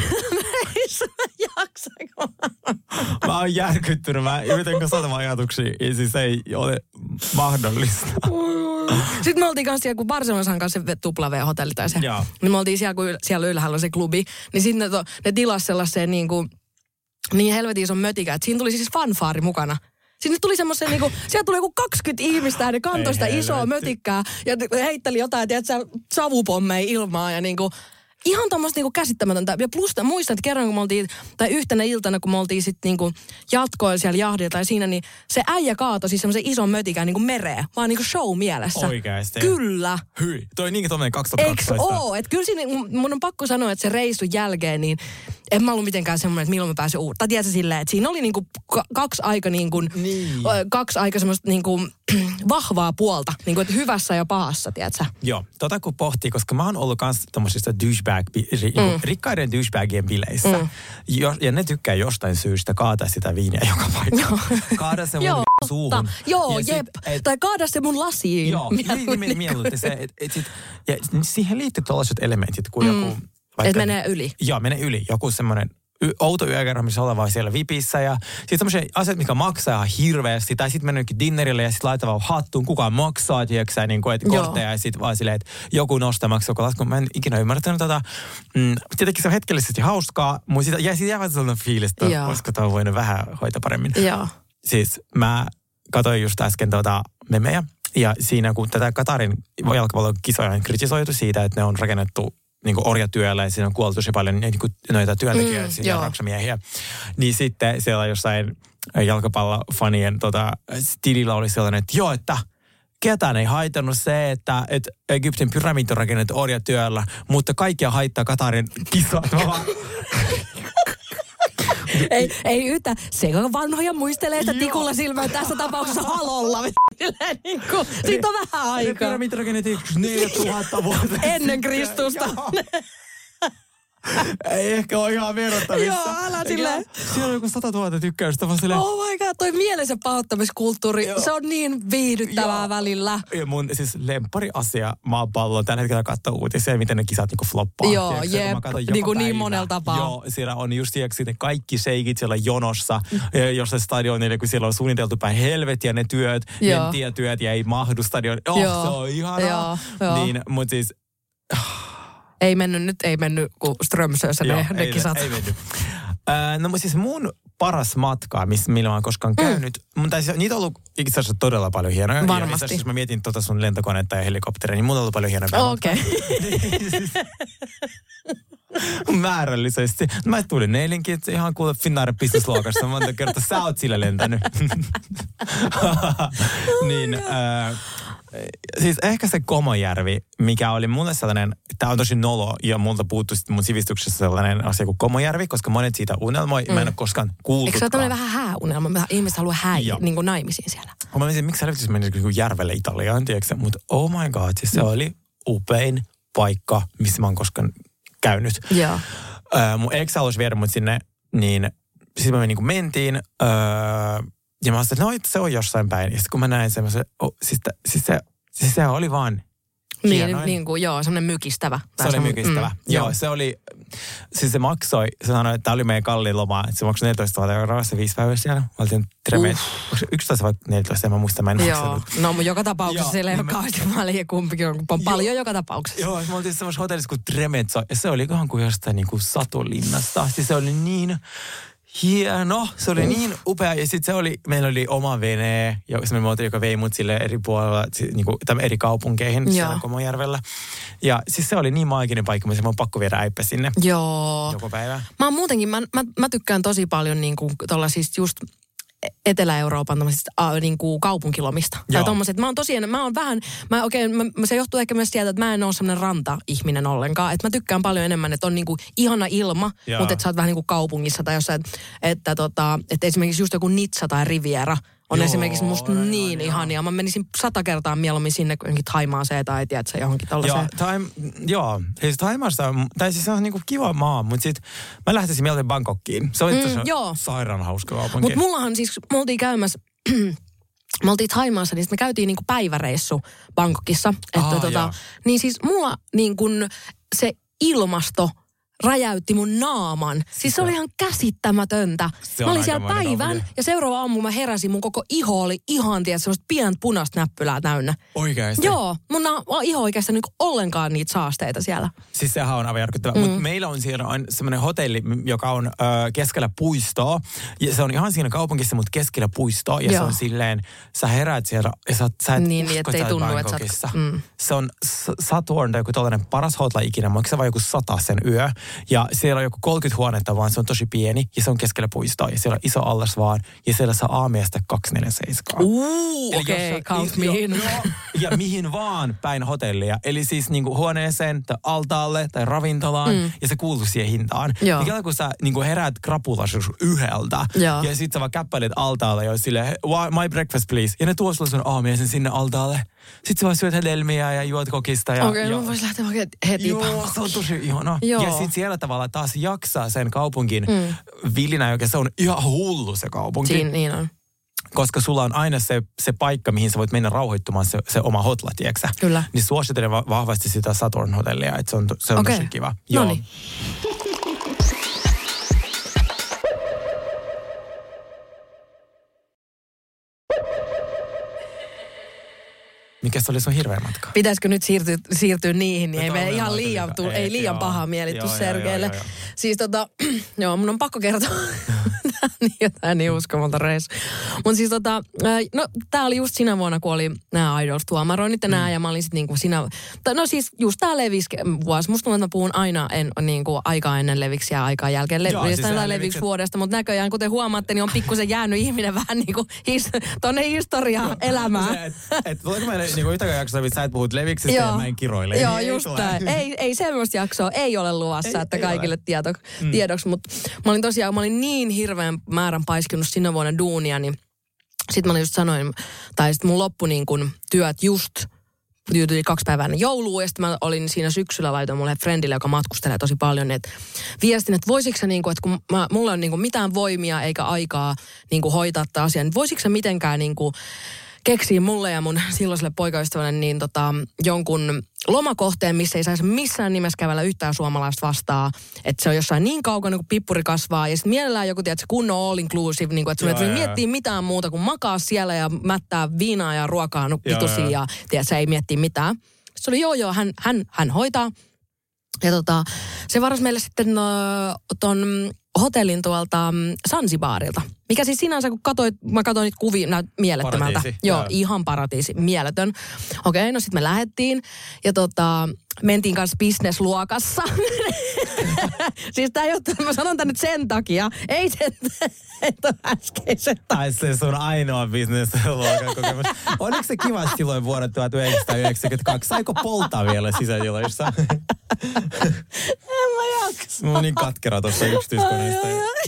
Jaksako? Mä oon järkyttynyt, mä yritän kasata ajatuksia, ja siis ei ole mahdollista. Sitten me oltiin kanssa siellä, kun Barcelonassa kanssa se tupla V-hotelli tai se, Joo. niin me oltiin siellä, kun siellä ylhäällä on se klubi, niin sitten ne, ne tilasi sellaiseen niin kuin, niin helvetin ison mötikä, että siinä tuli siis fanfaari mukana. Sinne tuli semmoisen niinku, sieltä tuli joku kaksikymmentä ihmistä ja ne kantoi sitä isoa mötikkää ja heitteli jotain, tiedätkö, savupommeja ilmaa ja niinku, ihan tommoista niinku käsittämätöntä. Ja plus muistan, että kerran kun me oltiin, tai yhtenä iltana kun me oltiin sitten niinku jatkoilla siellä jahdilla tai siinä, niin se äijä kaatoi siis semmoisen ison mötikään niinku mereen, vaan niinku show mielessä. Oikeasti? Kyllä. Hyi, toi niinkin tommoinen kaksituhattakaksitoista. Eiks oo? Että kyllä siinä, mun on pakko sanoa, että se reissun jälkeen, niin en mä ollut mitenkään semmoinen, että milloin mä pääsen uutta. Tai tiedätkö silleen, että siinä oli niinku k- kaksi aika niinku, niin. kaksi aika semmoista niinku vahvaa puolta, niinku että hyvässä ja pahassa, tiedätkö? Joo, tota kun pohtii, koska mä oon ollut kans tommosista douchebag, mm. rikkaiden douchebagien bileissä. Mm. Jo, ja ne tykkää jostain syystä kaataa sitä viiniä joka paikka. Kaada se mun suuhun. Joo, jep. Sit, et, tai kaada se mun lasiin. Joo, mieluutti mieluutti se. Et, et sit, ja siihen liittyy tollaiset elementit, kun mm. joku... Että menee yli. Joo, menee yli. Joku semmoinen y- outo yökerho, missä ollaan vaan siellä vipissä. Ja sitten semmoisia asioita, mikä maksaa ihan hirveästi. Tai sitten mennä dinnerille ja sitten laittaa vaan hattuun. Kukaan maksaa, tiedätkö niin kuin, että kortteja. Ja sitten vaan silleen, että joku nostaa maksaa koko lasku. Mä en ikinä ymmärtänyt tota. Mm, tietenkin se on hetkellisesti hauskaa. Mutta siitä jää, siitä jää vähän sellainen fiilis, että olisiko tämä voinut vähän hoitaa paremmin. Joo. Siis mä katsoin just äsken tota memejä. Ja siinä kun tätä Katarin jalkapallon kisoja on kritisoitu siitä, että ne on rakennettu niin kuin orjatyöllä ja siinä on kuoltu tosi paljon niin kuin noita työntekijöitä mm, ja raksamiehiä. Niin sitten siellä jossain jalkapallofanien tota, tilillä oli sellainen, että joo, että ketään ei haitannut se, että, että Egyptin pyramidi on rakennettu orjatyöllä, mutta kaikkia haittaa Katarin kisat. ei, ei yhtä. Se vanhoja muistelee sitä tikulla silmää tässä tapauksessa halolla. Niin kuin, siitä on vähän aikaa. Pyramidi rakennettiin neljätuhatta vuotta. Ennen Kristusta. Ei ehkä ole ihan verrattavissa. Joo, älä silleen. Siellä on joku sata tuhatta tykkäystä. Oh my god, toi mielensä pahoittamiskulttuuri, Joo. se on niin viihdyttävää Joo. välillä. Ja mun siis lemppari asia maapalloon tällä hetkellä katsoa uutisia, miten ne kisat niinku floppaa. Joo, jep, niin kuin niin monella tapaa. Joo, siellä on just sitten kaikki seikit siellä jonossa, jossa stadionille, kun siellä on suunniteltu päin helvettiä ne työt, Joo. ne tietyöt ja ei mahdu stadion. Oh, Joo. se on ihanaa. Joo, niin, mutta siis... Ei mennyt nyt, ei mennyt kuin Strömsössä ne, ne ei, kisat. Ei mennyt. Äh, no siis mun paras matka, missä millä mä oon koskaan käynyt, mm. mun taisi, niitä on ollut itse asiassa todella paljon hienoja. Varmasti. Ja itse asiassa, jos mä mietin tota sun lentokonetta ja helikopteria, niin mun on ollut paljon hienoja. Okei. Okay. Määrällisesti. Mä tulin eilenkin, että ihan kuule Finnair business-luokassa. Mä monta kertaa, sä oot sillä lentänyt. niin, äh, siis ehkä se Komojärvi, mikä oli mulle sellainen, tää on tosi nolo ja multa puuttuu sitten mun sivistyksessä sellainen asia kuin Komojärvi, koska monet siitä unelmoi, mm. mä en ole koskaan kuultutkaan. Eikö se ole tämmöinen vähän hääunelma? Ihmiset haluaa hää niin kuin naimisiin siellä. Mä mietin, miksi sä löytyisi mennä järvelle Italiaan, tiedätkö? Mutta oh my god, siis se mm. oli upein paikka, missä mä oon koskaan käynyt. Joo. Öö, mun ex halusi viedä mut sinne, niin sitten me niin mentiin, öö, ja mä sanoin, että no se on jossain päin. Ja sitten kun mä näin semmoisen, oh, siis, siis, se, siis se oli vaan niin, niin kuin, joo, semmoinen mykistävä. Se oli mykistävä, mm, joo, joo. Se oli, siis se maksoi, se sanoi, että tämä oli meidän kalliin loma, että se maksoi neljätoista tuhatta euroa, se viisi päivää siellä. Mä oltiin tremeet, uh. yksitoista vai neljätoista, en mä muista, mä en Joo, maksanut. no mutta joka tapauksessa siellä ei ole kauheasti paljon kumpikin, on paljon joka tapauksessa. Joo, me oltiin semmoisessa hotellissa kuin Tremezzo, ja se oli ihan kuin jostain niin kuin Satolinnasta. Siis se oli niin... hieno, se oli niin upea. Ja sitten se oli, meillä oli oma vene, semmoinen moottori, joka vei mut sille eri puolella, niin kuin, eri kaupunkeihin Joo. siellä Komojärvellä. Ja siis se oli niin maaginen paikka, missä mä oon pakko viedä äippä sinne. Joo. Joku päivä. Mä oon muutenkin, mä, mä, mä tykkään tosi paljon niin kuin tuolla siis just Etelä-Euroopan tämmöisistä äh, niin kuin kaupunkilomista. Joo. Tai tommoset. Mä oon tosiaan, mä oon vähän, mä oikein, mä, se johtuu ehkä myös sieltä, että mä en ole semmoinen ranta-ihminen ollenkaan. Että mä tykkään paljon enemmän, että on niin kuin ihana ilma, Joo. mutta että sä oot vähän niin kuin kaupungissa tai jossain, että, että, tota, että esimerkiksi just joku Nizza tai Riviera on Joo, esimerkiksi musta no, niin no, ihania. Mä menisin sata kertaa mieluummin sinne johonkin Thaimaaseen tai tiedätkö johonkin tollaiseen. Joo, Taim, joo. Siis Thaimaasta, tai siis se on niinku kiva maa, mutta sit mä lähtisin mieluiten Bangkokkiin. Se on itse asiassa mm, sairaan hauska kaupunki. Mutta mullahan siis, me oltiin käymässä, me oltiin Thaimaassa, niin me käytiin niinku päiväreissu Bangkokissa. Että ah, tota, niin siis mulla niin kun se ilmasto räjäytti mun naaman. Siis se oli ihan käsittämätöntä. Mä olin siellä päivän kaupunki. Ja seuraava aamu mä heräsin, mun koko iho oli ihan, tiedät, semmoista pientä punaista näppylää täynnä. Oikeasti? Joo, mun na- iho oikeastaan niin ollenkaan niitä saasteita siellä. Siis sehän on aivan järkyttävää. Mm. Mutta meillä on siellä on semmoinen hotelli, joka on ö, keskellä puistoa. Ja se on ihan siinä kaupungissa, mutta keskellä puistoa. Ja Joo. se on silleen, sä heräät siellä ja sä, sä et niin, usko, että sä tunnu, Bangkokissa. Että mm. Se on Saturn tai joku tollainen paras hotla ikinä. Mä vaan joku sata sen yö. Ja siellä on joku kolmekymmentä huonetta vaan, se on tosi pieni ja se on keskellä puistoa ja siellä on iso allas vaan ja siellä saa aamiaista kaksikymmentäseitsemän. Uuu, okei, okay, count mihin. Jo, ja mihin vaan päin hotellia. Eli siis niinku huoneeseen tai altaalle tai ravintolaan mm. ja se kuuluu siihen hintaan. Joo. Ja kun sä niinku heräät krapulassa yhdeltä Joo. ja sit sä vaan käppäilet altaalle ja oot silleen, my breakfast please. Ja ne tuo sulle sun aamiaisen sinne altaalle. Sitten sä vaan syöt hedelmiä ja juot kokista. Okei, okay, no vois lähteä vaikka heti. Joo, se on tosi ihana. Joo. Ja sit siellä tavalla taas jaksaa sen kaupungin mm. vilinä, joka se on ihan hullu se kaupunki. Siin, niin on. Koska sulla on aina se, se paikka, mihin sä voit mennä rauhoittumaan, se, se oma hotla, tieksä? Kyllä. Niin suosittelen va- vahvasti sitä Saturn-hotellia, että se on, se on okay. tosi kiva. Joo. Noniin. Mikä se oli sun hirveä matka? Pitäisikö nyt siirtyä, siirtyä niihin, niin ei me ihan liian, tu, ei, ei liian joo, pahaa mielitty joo, Sergeille. Joo, joo, joo. Siis tota, joo, mun on pakko kertoa niin jotain niin uskomalta reissu. Mutta siis tota, no tää oli just sinä vuonna, kun oli nämä Idols-tuomaroinnit ja nää, mm. ja mä olin sit niinku siinä, no siis just tää Levis vuosi. Musta tuntuu, että mä puhun aina en, niinku aikaa ennen Leviksiä ja aikaa jälkeen Le- siis Leviks vuodesta, mutta näköjään, kuten huomaatte, niin on pikkusen jäänyt ihminen vähän niinku his, tonne historiaan elämään. et, et, tuleeko meille niinku yhtäkään jaksoa, että sä et puhut Leviksistä ja mä en kiroile? Joo, ei, just näin. Ei, ei semmoista jaksoa ei ole luvassa, ei, että ei kaikille tieto, mm. tiedoksi, mutta mä olin tosiaan, mä olin niin hirveän määrän paiskinut sinä vuonna duunia, niin sitten mä just sanoin, tai sitten mun loppu niin kun työt just tyytyi kaksi päivää ennen joulua, ja sitten mä olin siinä syksyllä, laitoin mulle friendille, joka matkustelee tosi paljon, niin että viestin, että voisitko sä niin kuin, että kun mä, mulla on niin kuin mitään voimia eikä aikaa niin kuin hoitaa tätä asiaa, niin voisitko sä mitenkään niin kuin keksiä mulle ja mun silloiselle poikaystävälle niin tota, jonkun lomakohteen, missä ei saisi missään nimessä kävellä yhtään suomalaista vastaan. Että se on jossain niin kaukana, kun pippuri kasvaa. Ja sitten mielellään joku, tiedätkö, kunnon all inclusive, niin kuin, että sun ei miettii mitään muuta kuin makaa siellä ja mättää viinaa ja ruokaa pituisia ja tiedätkö, ei miettii mitään. Sitten se oli joo joo, hän, hän, hän hoitaa. Ja tota, se varasi meille sitten no, ton hotellin tuolta Sansibarilta. Mikä siis sinänsä, kun katsoit, mä katsoin niitä kuvia, näyt mielettömältä. Paratiisi. Joo, Joo, ihan paratiisi, mieletön. Okei, okay, no sitten me lähdettiin ja tota, mentiin kanssa business-luokassa. Siis tää ei ole, mä sanon tän nyt sen takia. Ei sen, että äskeisen takia. Tai se sun ainoa business-luokan kokemus. Oliko se kiva silloin vuonna tuhatyhdeksänsataayhdeksänkymmentäkaksi? Saiko poltaa vielä sisätiloissa? En mä jaksa. Mä oon niin katkera tuossa yksityiskoneesta.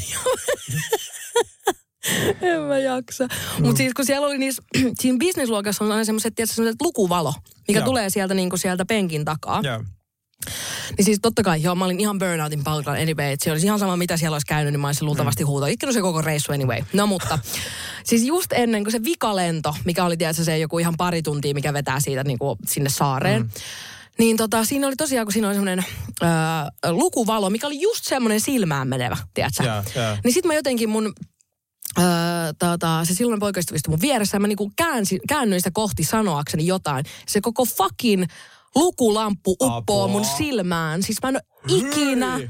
En mä jaksa. Mm. Mutta siis kun siellä oli niissä, siinä business-luokassa on aina semmoiset, sellaiset lukuvalo, mikä ja. tulee sieltä, niinku sieltä penkin takaa. Ja. Niin siis totta kai, joo, mä olin ihan burnoutin palkalla anyway, että se olisi ihan sama, mitä siellä olisi käynyt, niin mä olisin luultavasti mm. huutaa. Ikkinut se koko reissu anyway. No mutta, siis just ennen kuin se vikalento, mikä oli tietysti se joku ihan pari tuntia, mikä vetää siitä niinku sinne saareen, mm. niin tota, siinä oli tosiaan, kun siinä oli semmoinen öö, lukuvalo, mikä oli just semmoinen silmään menevä, tiedätkö? Yeah, yeah. Niin sit mä jotenkin mun, öö, tota, se silloinen poikaystävä istui mun vieressä, ja mä niinku käänsin, käännyin sitä kohti sanoakseni jotain. Se koko fucking lukulamppu uppoo mun silmään. Siis mä en ole ikinä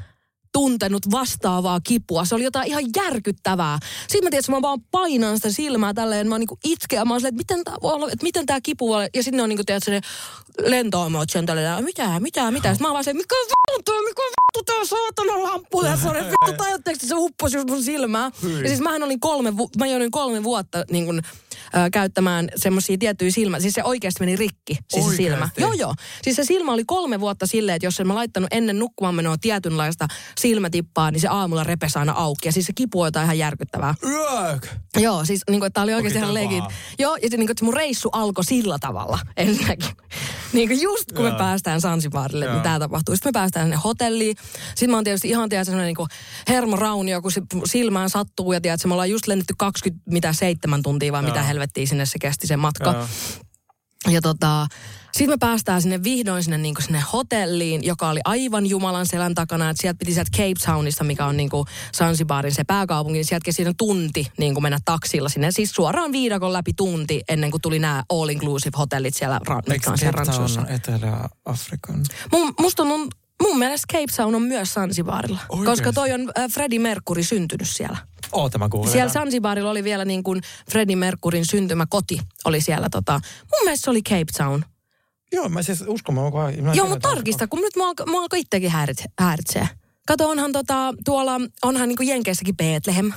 tuntenut vastaavaa kipua. Se oli jotain ihan järkyttävää. Sitten mä tiedän, että mä vaan painaan sitä silmää tälleen, mä oon niinku itkeä. Mä oon silleen, että miten tää voi olla, että miten tää kipu voi olla. Ja sitten ne on niinku, tiedätkö, ne lento-emotsion tälleen, mitä, mitä, mitä. Sitten mä oon vaan silleen, mikä vittu, mikä vittu tää saatana lamppu tässä on. Vittu, tajutteko, että se upposi just mun silmää. Ja siis mähän olin kolme, vu- mä jouduin kolme vuotta niin kun, äh, käyttämään semmosia tiettyjä silmää. Siis se oikeasti meni rikki, siis se silmä. Joo, joo. Siis se silmä oli kolme vuotta silleen, että jos en mä laittanut ennen nukkumaan menoa tietynlaista silmätippaa, niin se aamulla repesi aina auki. Ja siis se kipu on jotain ihan järkyttävää. Yök! Joo, siis niin kuin, että tää oli oikeasti ihan legit. Joo, ja niin kuin, että mun reissu alkoi sillä tavalla ensinnäkin. Niin kuin just kun me päästään Zanzibarille, niin tää tapahtuu. Sitten me päästään sinne hotelliin. Sitten mä oon tietysti ihan tiedä sellainen niin kuin hermoraunio, kun se silmään sattuu. Ja tiedätkö, me ollaan just lennetty kaksikymmentäseitsemän tuntia, vai mitä helvettiä sinne se kesti se matka. Ja, ja tota... Sitten me päästään sinne vihdoin sinne, niin kuin sinne hotelliin, joka oli aivan Jumalan selän takana. Että sieltä piti sieltä Cape Townista, mikä on niin kuin Zanzibarin se pääkaupunki, niin sieltä kesti tunti niin kuin mennä taksilla sinne. Siis suoraan viidakon läpi tunti ennen kuin tuli nämä all-inclusive hotellit siellä, mitkä on siellä Rantsussa. Etelä-Afrikan? Mun, musta on mun, mun mielestä Cape Town on myös Zanzibarilla. Oikein? Koska toi on äh, Freddie Mercury syntynyt siellä. Oota, mä kuulen. Siellä Zanzibarilla oli vielä niin kuin Freddie Mercuryn syntymäkoti oli siellä. Tota, mun mielestä se oli Cape Town. Joo, mä siis uskon, mä oon... Joo, mutta tarkista, kun nyt mä alkoi itsekin häiritse, häiritsee. Kato, onhan tota, tuolla, onhan niinku Jenkeissäkin Bethlehem.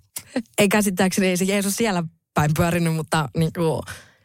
Ei käsittääkseni, ei se Jeesus siellä päin pyörinyt, mutta niinku...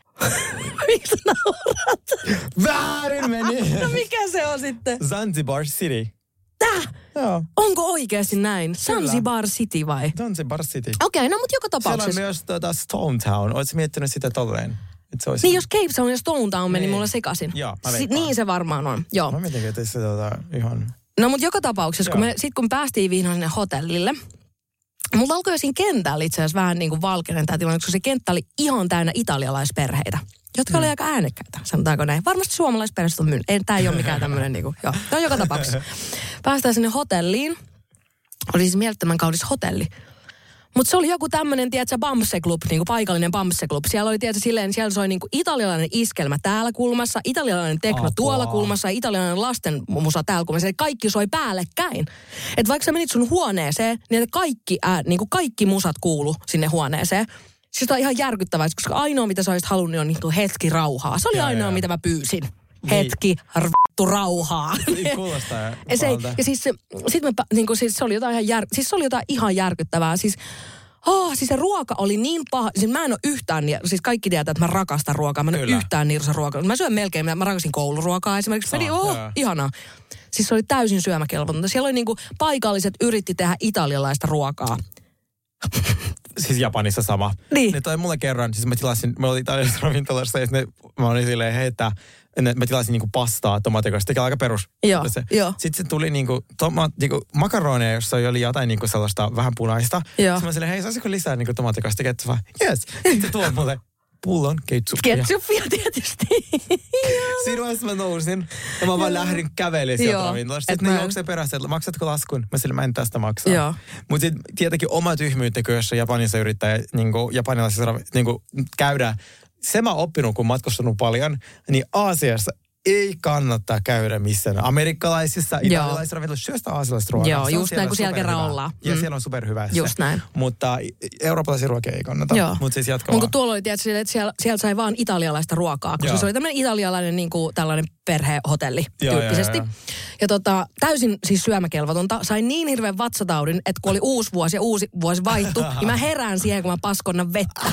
Miksi naurat? Väärin meni! No mikä se on sitten? Zanzibar City. Tää? Joo. Onko oikeasti näin? Zanzibar City vai? Zanzibar City. Okei, okay, no mutta joka tapauksessa. Siellä on myös tota Stone Town. Oletko miettinyt sitä tolleen? Olisi... Niin, jos Cape Town ja Stone Town meni niin. Mulle sekaisin. Joo, mä si- Niin se varmaan on, joo. Mä mietin, että se tota ihan... No, mutta joka tapauksessa, kun me, sit kun päästiin vihdoin sinne hotellille, mulla alkoi jo siinä kentällä itse asiassa vähän niin kuin valkeinen tämä tilanne, koska se kenttä oli ihan täynnä italialaisperheitä, jotka hmm. oli aika äänekkäitä, sanotaanko näin. Varmasti suomalaisperheistä on myynyt. Tämä ei ole mikään tämmöinen, niin kuin, joo. No, joka tapauksessa. Päästään sinne hotelliin. Oli siis mielettömän kaunis hotelli. Mutta se oli joku tämmöinen, tiedätkö, Bamse Club, niinku paikallinen Bamse Club. Siellä oli, tiedätkö, silleen, siellä soi niinku italialainen iskelmä täällä kulmassa, italialainen tekno Apua. tuolla kulmassa ja italialainen lastenmusa täällä kulmassa. Eli kaikki soi päällekkäin. Että vaikka sä menit sun huoneeseen, niin kaikki, ää, niinku kaikki musat kuulu sinne huoneeseen. Siis on ihan järkyttävää, koska ainoa, mitä sä olisit halunnut, on niinku hetki rauhaa. Se oli ja, ainoa, ja. mitä mä pyysin. Hetki r***tu rauhaa. Kuulostaa ja, se, ja siis, sit me, niin kuin, siis, se oli jotain ihan jär, siis se oli jotain ihan järkyttävää. Siis, oh, siis se ruoka oli niin paha. Siis mä en ole yhtään, siis kaikki tietää, että mä rakastan ruokaa. Mä en ole yhtään nirsa ruokaa. Mä syön melkein, mä rakasin kouluruokaa esimerkiksi. Meni, oh, ihanaa. Siis se oli täysin syömäkelvotonta. Siellä oli niin kuin, paikalliset yritti tehdä italialaista ruokaa. Siis Japanissa sama. Niin. Ne toi mulle kerran, siis mä tilasin, mä olin italialaisessa ravintolassa ja ne, mä olin silleen, hei, että mä tilasin niinku pastaa tomaatikoista, tekee aika perus. Joo, se. jo. Sitten se tuli niinku, toma, niinku makaroneja, jossa oli jotain niinku sellaista vähän punaista. Joo. Sitten mä silleen, hei, saisiko lisää niinku tomaatikoista ketsupa? Yes. Sitten tuo mulle pullon ketsuppia. Ketsuppia tietysti. Siinä vaiheessa mä nousin ja mä vaan lähdin kävelemään sieltä ravintolasta. Sitten ne juoksee perässä, että maksatko laskun? Mä sille, mä en tästä maksaa. Mutta sitten tietenkin oma tyhmyyttekö, jossa Japanissa yrittää niinku, japanilaisissa niinku, käydä. Se mä oon oppinut, kun matkustanut paljon, niin Aasiassa ei kannattaa käydä missään amerikkalaisissa, italialaisissa ravintoloissa, syöstä aasialaista ruokaa. Joo, just näin, kun siellä kerran ollaan. Ja mm. siellä on superhyvä se. Just näin. Mutta eurooppalaisia ruokia ei kannata. Joo. Mutta siis jatkaa. Mutta tuolla oli tietysti, että siellä, siellä sai vaan italialaista ruokaa, koska joo. se oli tämmöinen italialainen niin kuin tällainen perhehotelli joo, tyyppisesti. Joo, joo. Ja tota, täysin siis syömäkelvotonta. Sain niin hirveän vatsataudin, että kun oli uusi vuosi ja uusi vuosi vaihtui, niin mä herään siihen, kun mä paskonnan vettä.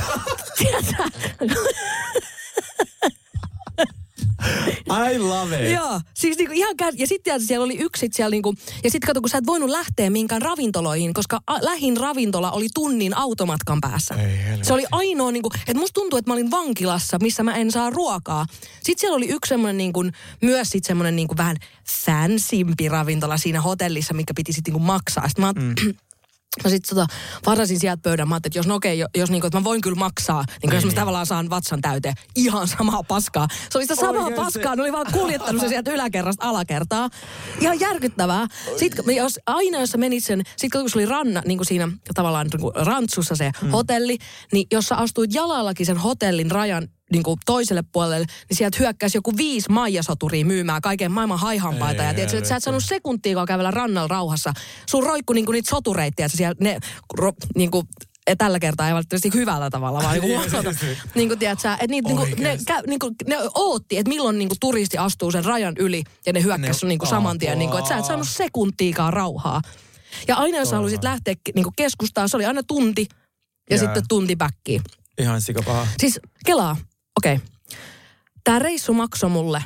I love it. Joo, siis niinku ihan kär... Ja sitten siellä oli yksit siellä niinku... Ja sitten kato, kun sä et voinut lähteä minkään ravintoloihin, koska a, lähin ravintola oli tunnin automatkan päässä. Ei, se oli ainoa niinku... Että musta tuntuu, että mä olin vankilassa, missä mä en saa ruokaa. Sitten siellä oli yksi semmoinen niinku... Myös sitten semmoinen niinku vähän fansimpi ravintola siinä hotellissa, mikä piti sitten niinku maksaa. Sitten mä... Mm. Mä sit tota, varasin sieltä pöydän, mä ajattelin, että jos no okei, jos niinku, että mä voin kyllä maksaa, niin jos mä tavallaan saan vatsan täyteen, ihan samaa paskaa. Se oli sitä samaa Oikein paskaa, se... ne oli vaan kuljettanut se sieltä yläkerrasta alakertaa. Ihan järkyttävää. Sitten jos, aina jos sä menit sen, sitten kun se oli ranna, niin kuin siinä tavallaan niin kuin Rantsussa se mm. hotelli, niin jos sä astuit jalallakin sen hotellin rajan niin kuin toiselle puolelle, niin sieltä hyökkäsi joku viisi maijasoturia myymään kaiken maailman haihampaita. Ei, ja tiedätkö, että sä et saanut sekuntiikaan kävellä rannalla rauhassa. Sun roikku niin kuin niitä sotureittiä, että siellä ne ro, niin kuin, tällä kertaa ei välttämättä hyvällä tavalla, vaan niin kuin huolta. Niin kuin tiedät sä, että niitä, niin kuin, ne, kä, niin kuin, ne ootti, että milloin niin kuin turisti astuu sen rajan yli ja ne hyökkäsi niin kuin saman tien, niin kuin, että sä et saanut sekuntiikaan rauhaa. Ja aina jos halusit lähteä niin kuin keskustaan, se oli aina tunti ja yeah. sitten tunti backiin. Ihan sikapaha. Siis kelaa, okei. Okay. Tää reissu maksoi mulle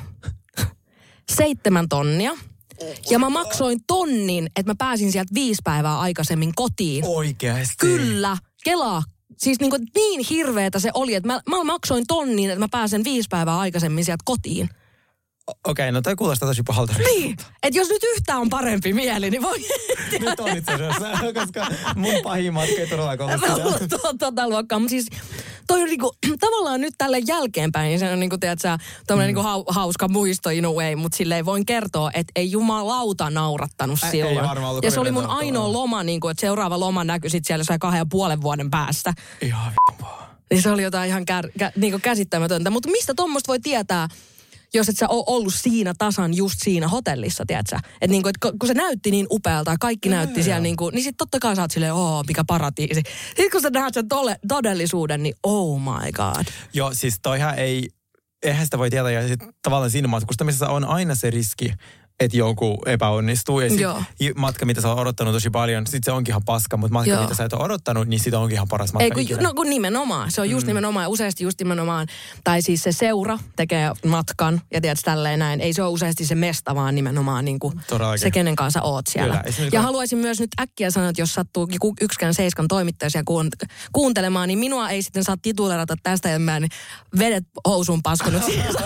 seitsemän tonnia. Ja mä maksoin tonnin, että mä pääsin sieltä viisi päivää aikaisemmin kotiin. Oikeasti? Kyllä, kelaa. Siis niin, kuin niin hirveetä se oli, että mä, mä maksoin tonnin, että mä pääsen viisi päivää aikaisemmin sieltä kotiin. Okei, okay, no toi kuulostaa tosi pahalta. Niin, että jos nyt yhtään on parempi mieli, niin voi... Nyt on itse asiassa, koska mun pahin matka ei todellakaan ollut sitä. Tota luokkaa, mutta siis toi on niinku, tavallaan nyt tälle jälkeenpäin, niin se on niinku, tiedätkö, tommoinen mm. niinku hauska muisto in a way, mutta silleen voin kertoa, että ei jumalauta naurattanut Ä, silloin. Ei varmaan ollut. Ja se oli mun ainoa loma, niinku, että seuraava loma näkyi sit siellä jossain kahden ja puolen vuoden päästä. Ihan vittua. Niin se oli jotain ihan kär, kä, niinku käsittämätöntä, mutta mistä tommoista voi tietää, jos et sä ole ollut siinä tasan just siinä hotellissa, tiedätkö? Että niinku, et kun se näytti niin upealta ja kaikki näytti siellä niinku, niin sit totta kai sä oot silleen, oo, mikä paratiisi. Sitten kun sä näet sen tole, todellisuuden, niin oh my god. Joo, siis toihan ei, eihän sitä voi tietää, ja sit tavallaan siinä matkustamisessa on aina se riski, että joku epäonnistuu. Ja sitten matka, mitä sä oot odottanut tosi paljon, sit se onkin ihan paska, mutta matka, Joo. mitä sä et ole odottanut, niin sit onkin ihan paras matka. Ei, kun, ikinä. No kun nimenomaan, se on just mm. nimenomaan, ja useasti just nimenomaan, tai siis se seura tekee matkan, ja tiedät tälleen näin, ei se ole useasti se mesta, vaan nimenomaan niin kuin se, kenen kanssa oot siellä. Kyllä, ja haluaisin myös nyt äkkiä sanoa, että jos sattuu yksikään Seiskan toimittaja kuuntelemaan, niin minua ei sitten saa titulerata tästä, ja mä vedet housuun paskunut.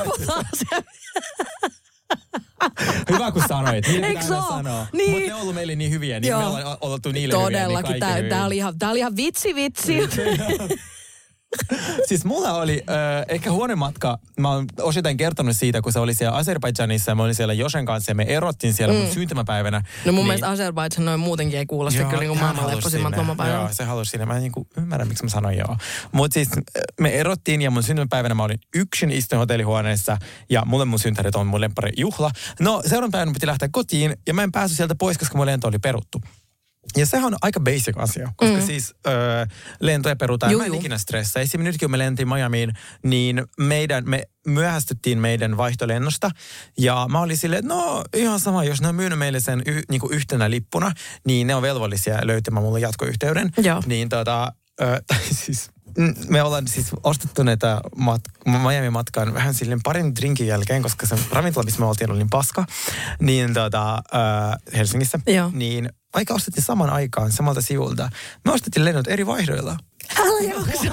Hyvä, kun sanoit. Niin eikö se ole? Niin. Mutta ne on ollut meille niin hyviä, niin Joo. me ollaan oltu niille Todellakin. hyviä. Todellakin. Tämä oli, ihan, oli ihan vitsi vitsi. Siis mulla oli äh, ehkä huono matka. Mä oon osittain kertonut siitä, kun se oli siellä Azerbaidžanissa ja mä olin siellä Josen kanssa ja me erottiin siellä mm. mun syntymäpäivänä. No mun niin, mielestä Azerbaidžan noin muutenkin ei kuulosta kyllä niin kuin maailman leppoisimmat lomapäivät. Joo, se halusi sinne. Mä en niin kuin ymmärrä, miksi mä sanoin joo. Mutta siis me erottiin ja mun syntymäpäivänä mä olin yksin istun hotellihuoneessa ja mulle mun synttärit on mun lemppari juhla. No seuraavan päivänä piti lähteä kotiin ja mä en päässyt sieltä pois, koska mun lento oli peruttu. Ja sehän on aika basic asia, koska mm. siis öö, lentoja perutaan. Juu, mä en ikinä stressaa. Esimerkiksi nytkin, kun me lentiin Miamiin, niin meidän, me myöhästyttiin meidän vaihtolennosta. Ja mä olin silleen, että no ihan sama, jos ne on myynyt meille sen y, niin kuin yhtenä lippuna, niin ne on velvollisia löytämään mulle jatkoyhteyden. Joo. Niin tota, öö, siis... Me ollaan siis ostettu näitä mat- Miami-matkaan vähän silleen parin drinkin jälkeen, koska se ravintola, missä me oltiin, oli niin paska, niin tota, äh, Helsingissä. Joo. Niin aika ostettiin saman aikaan samalta sivulta. Me ostettiin lennot eri vaihdoilla. Älä jaksa.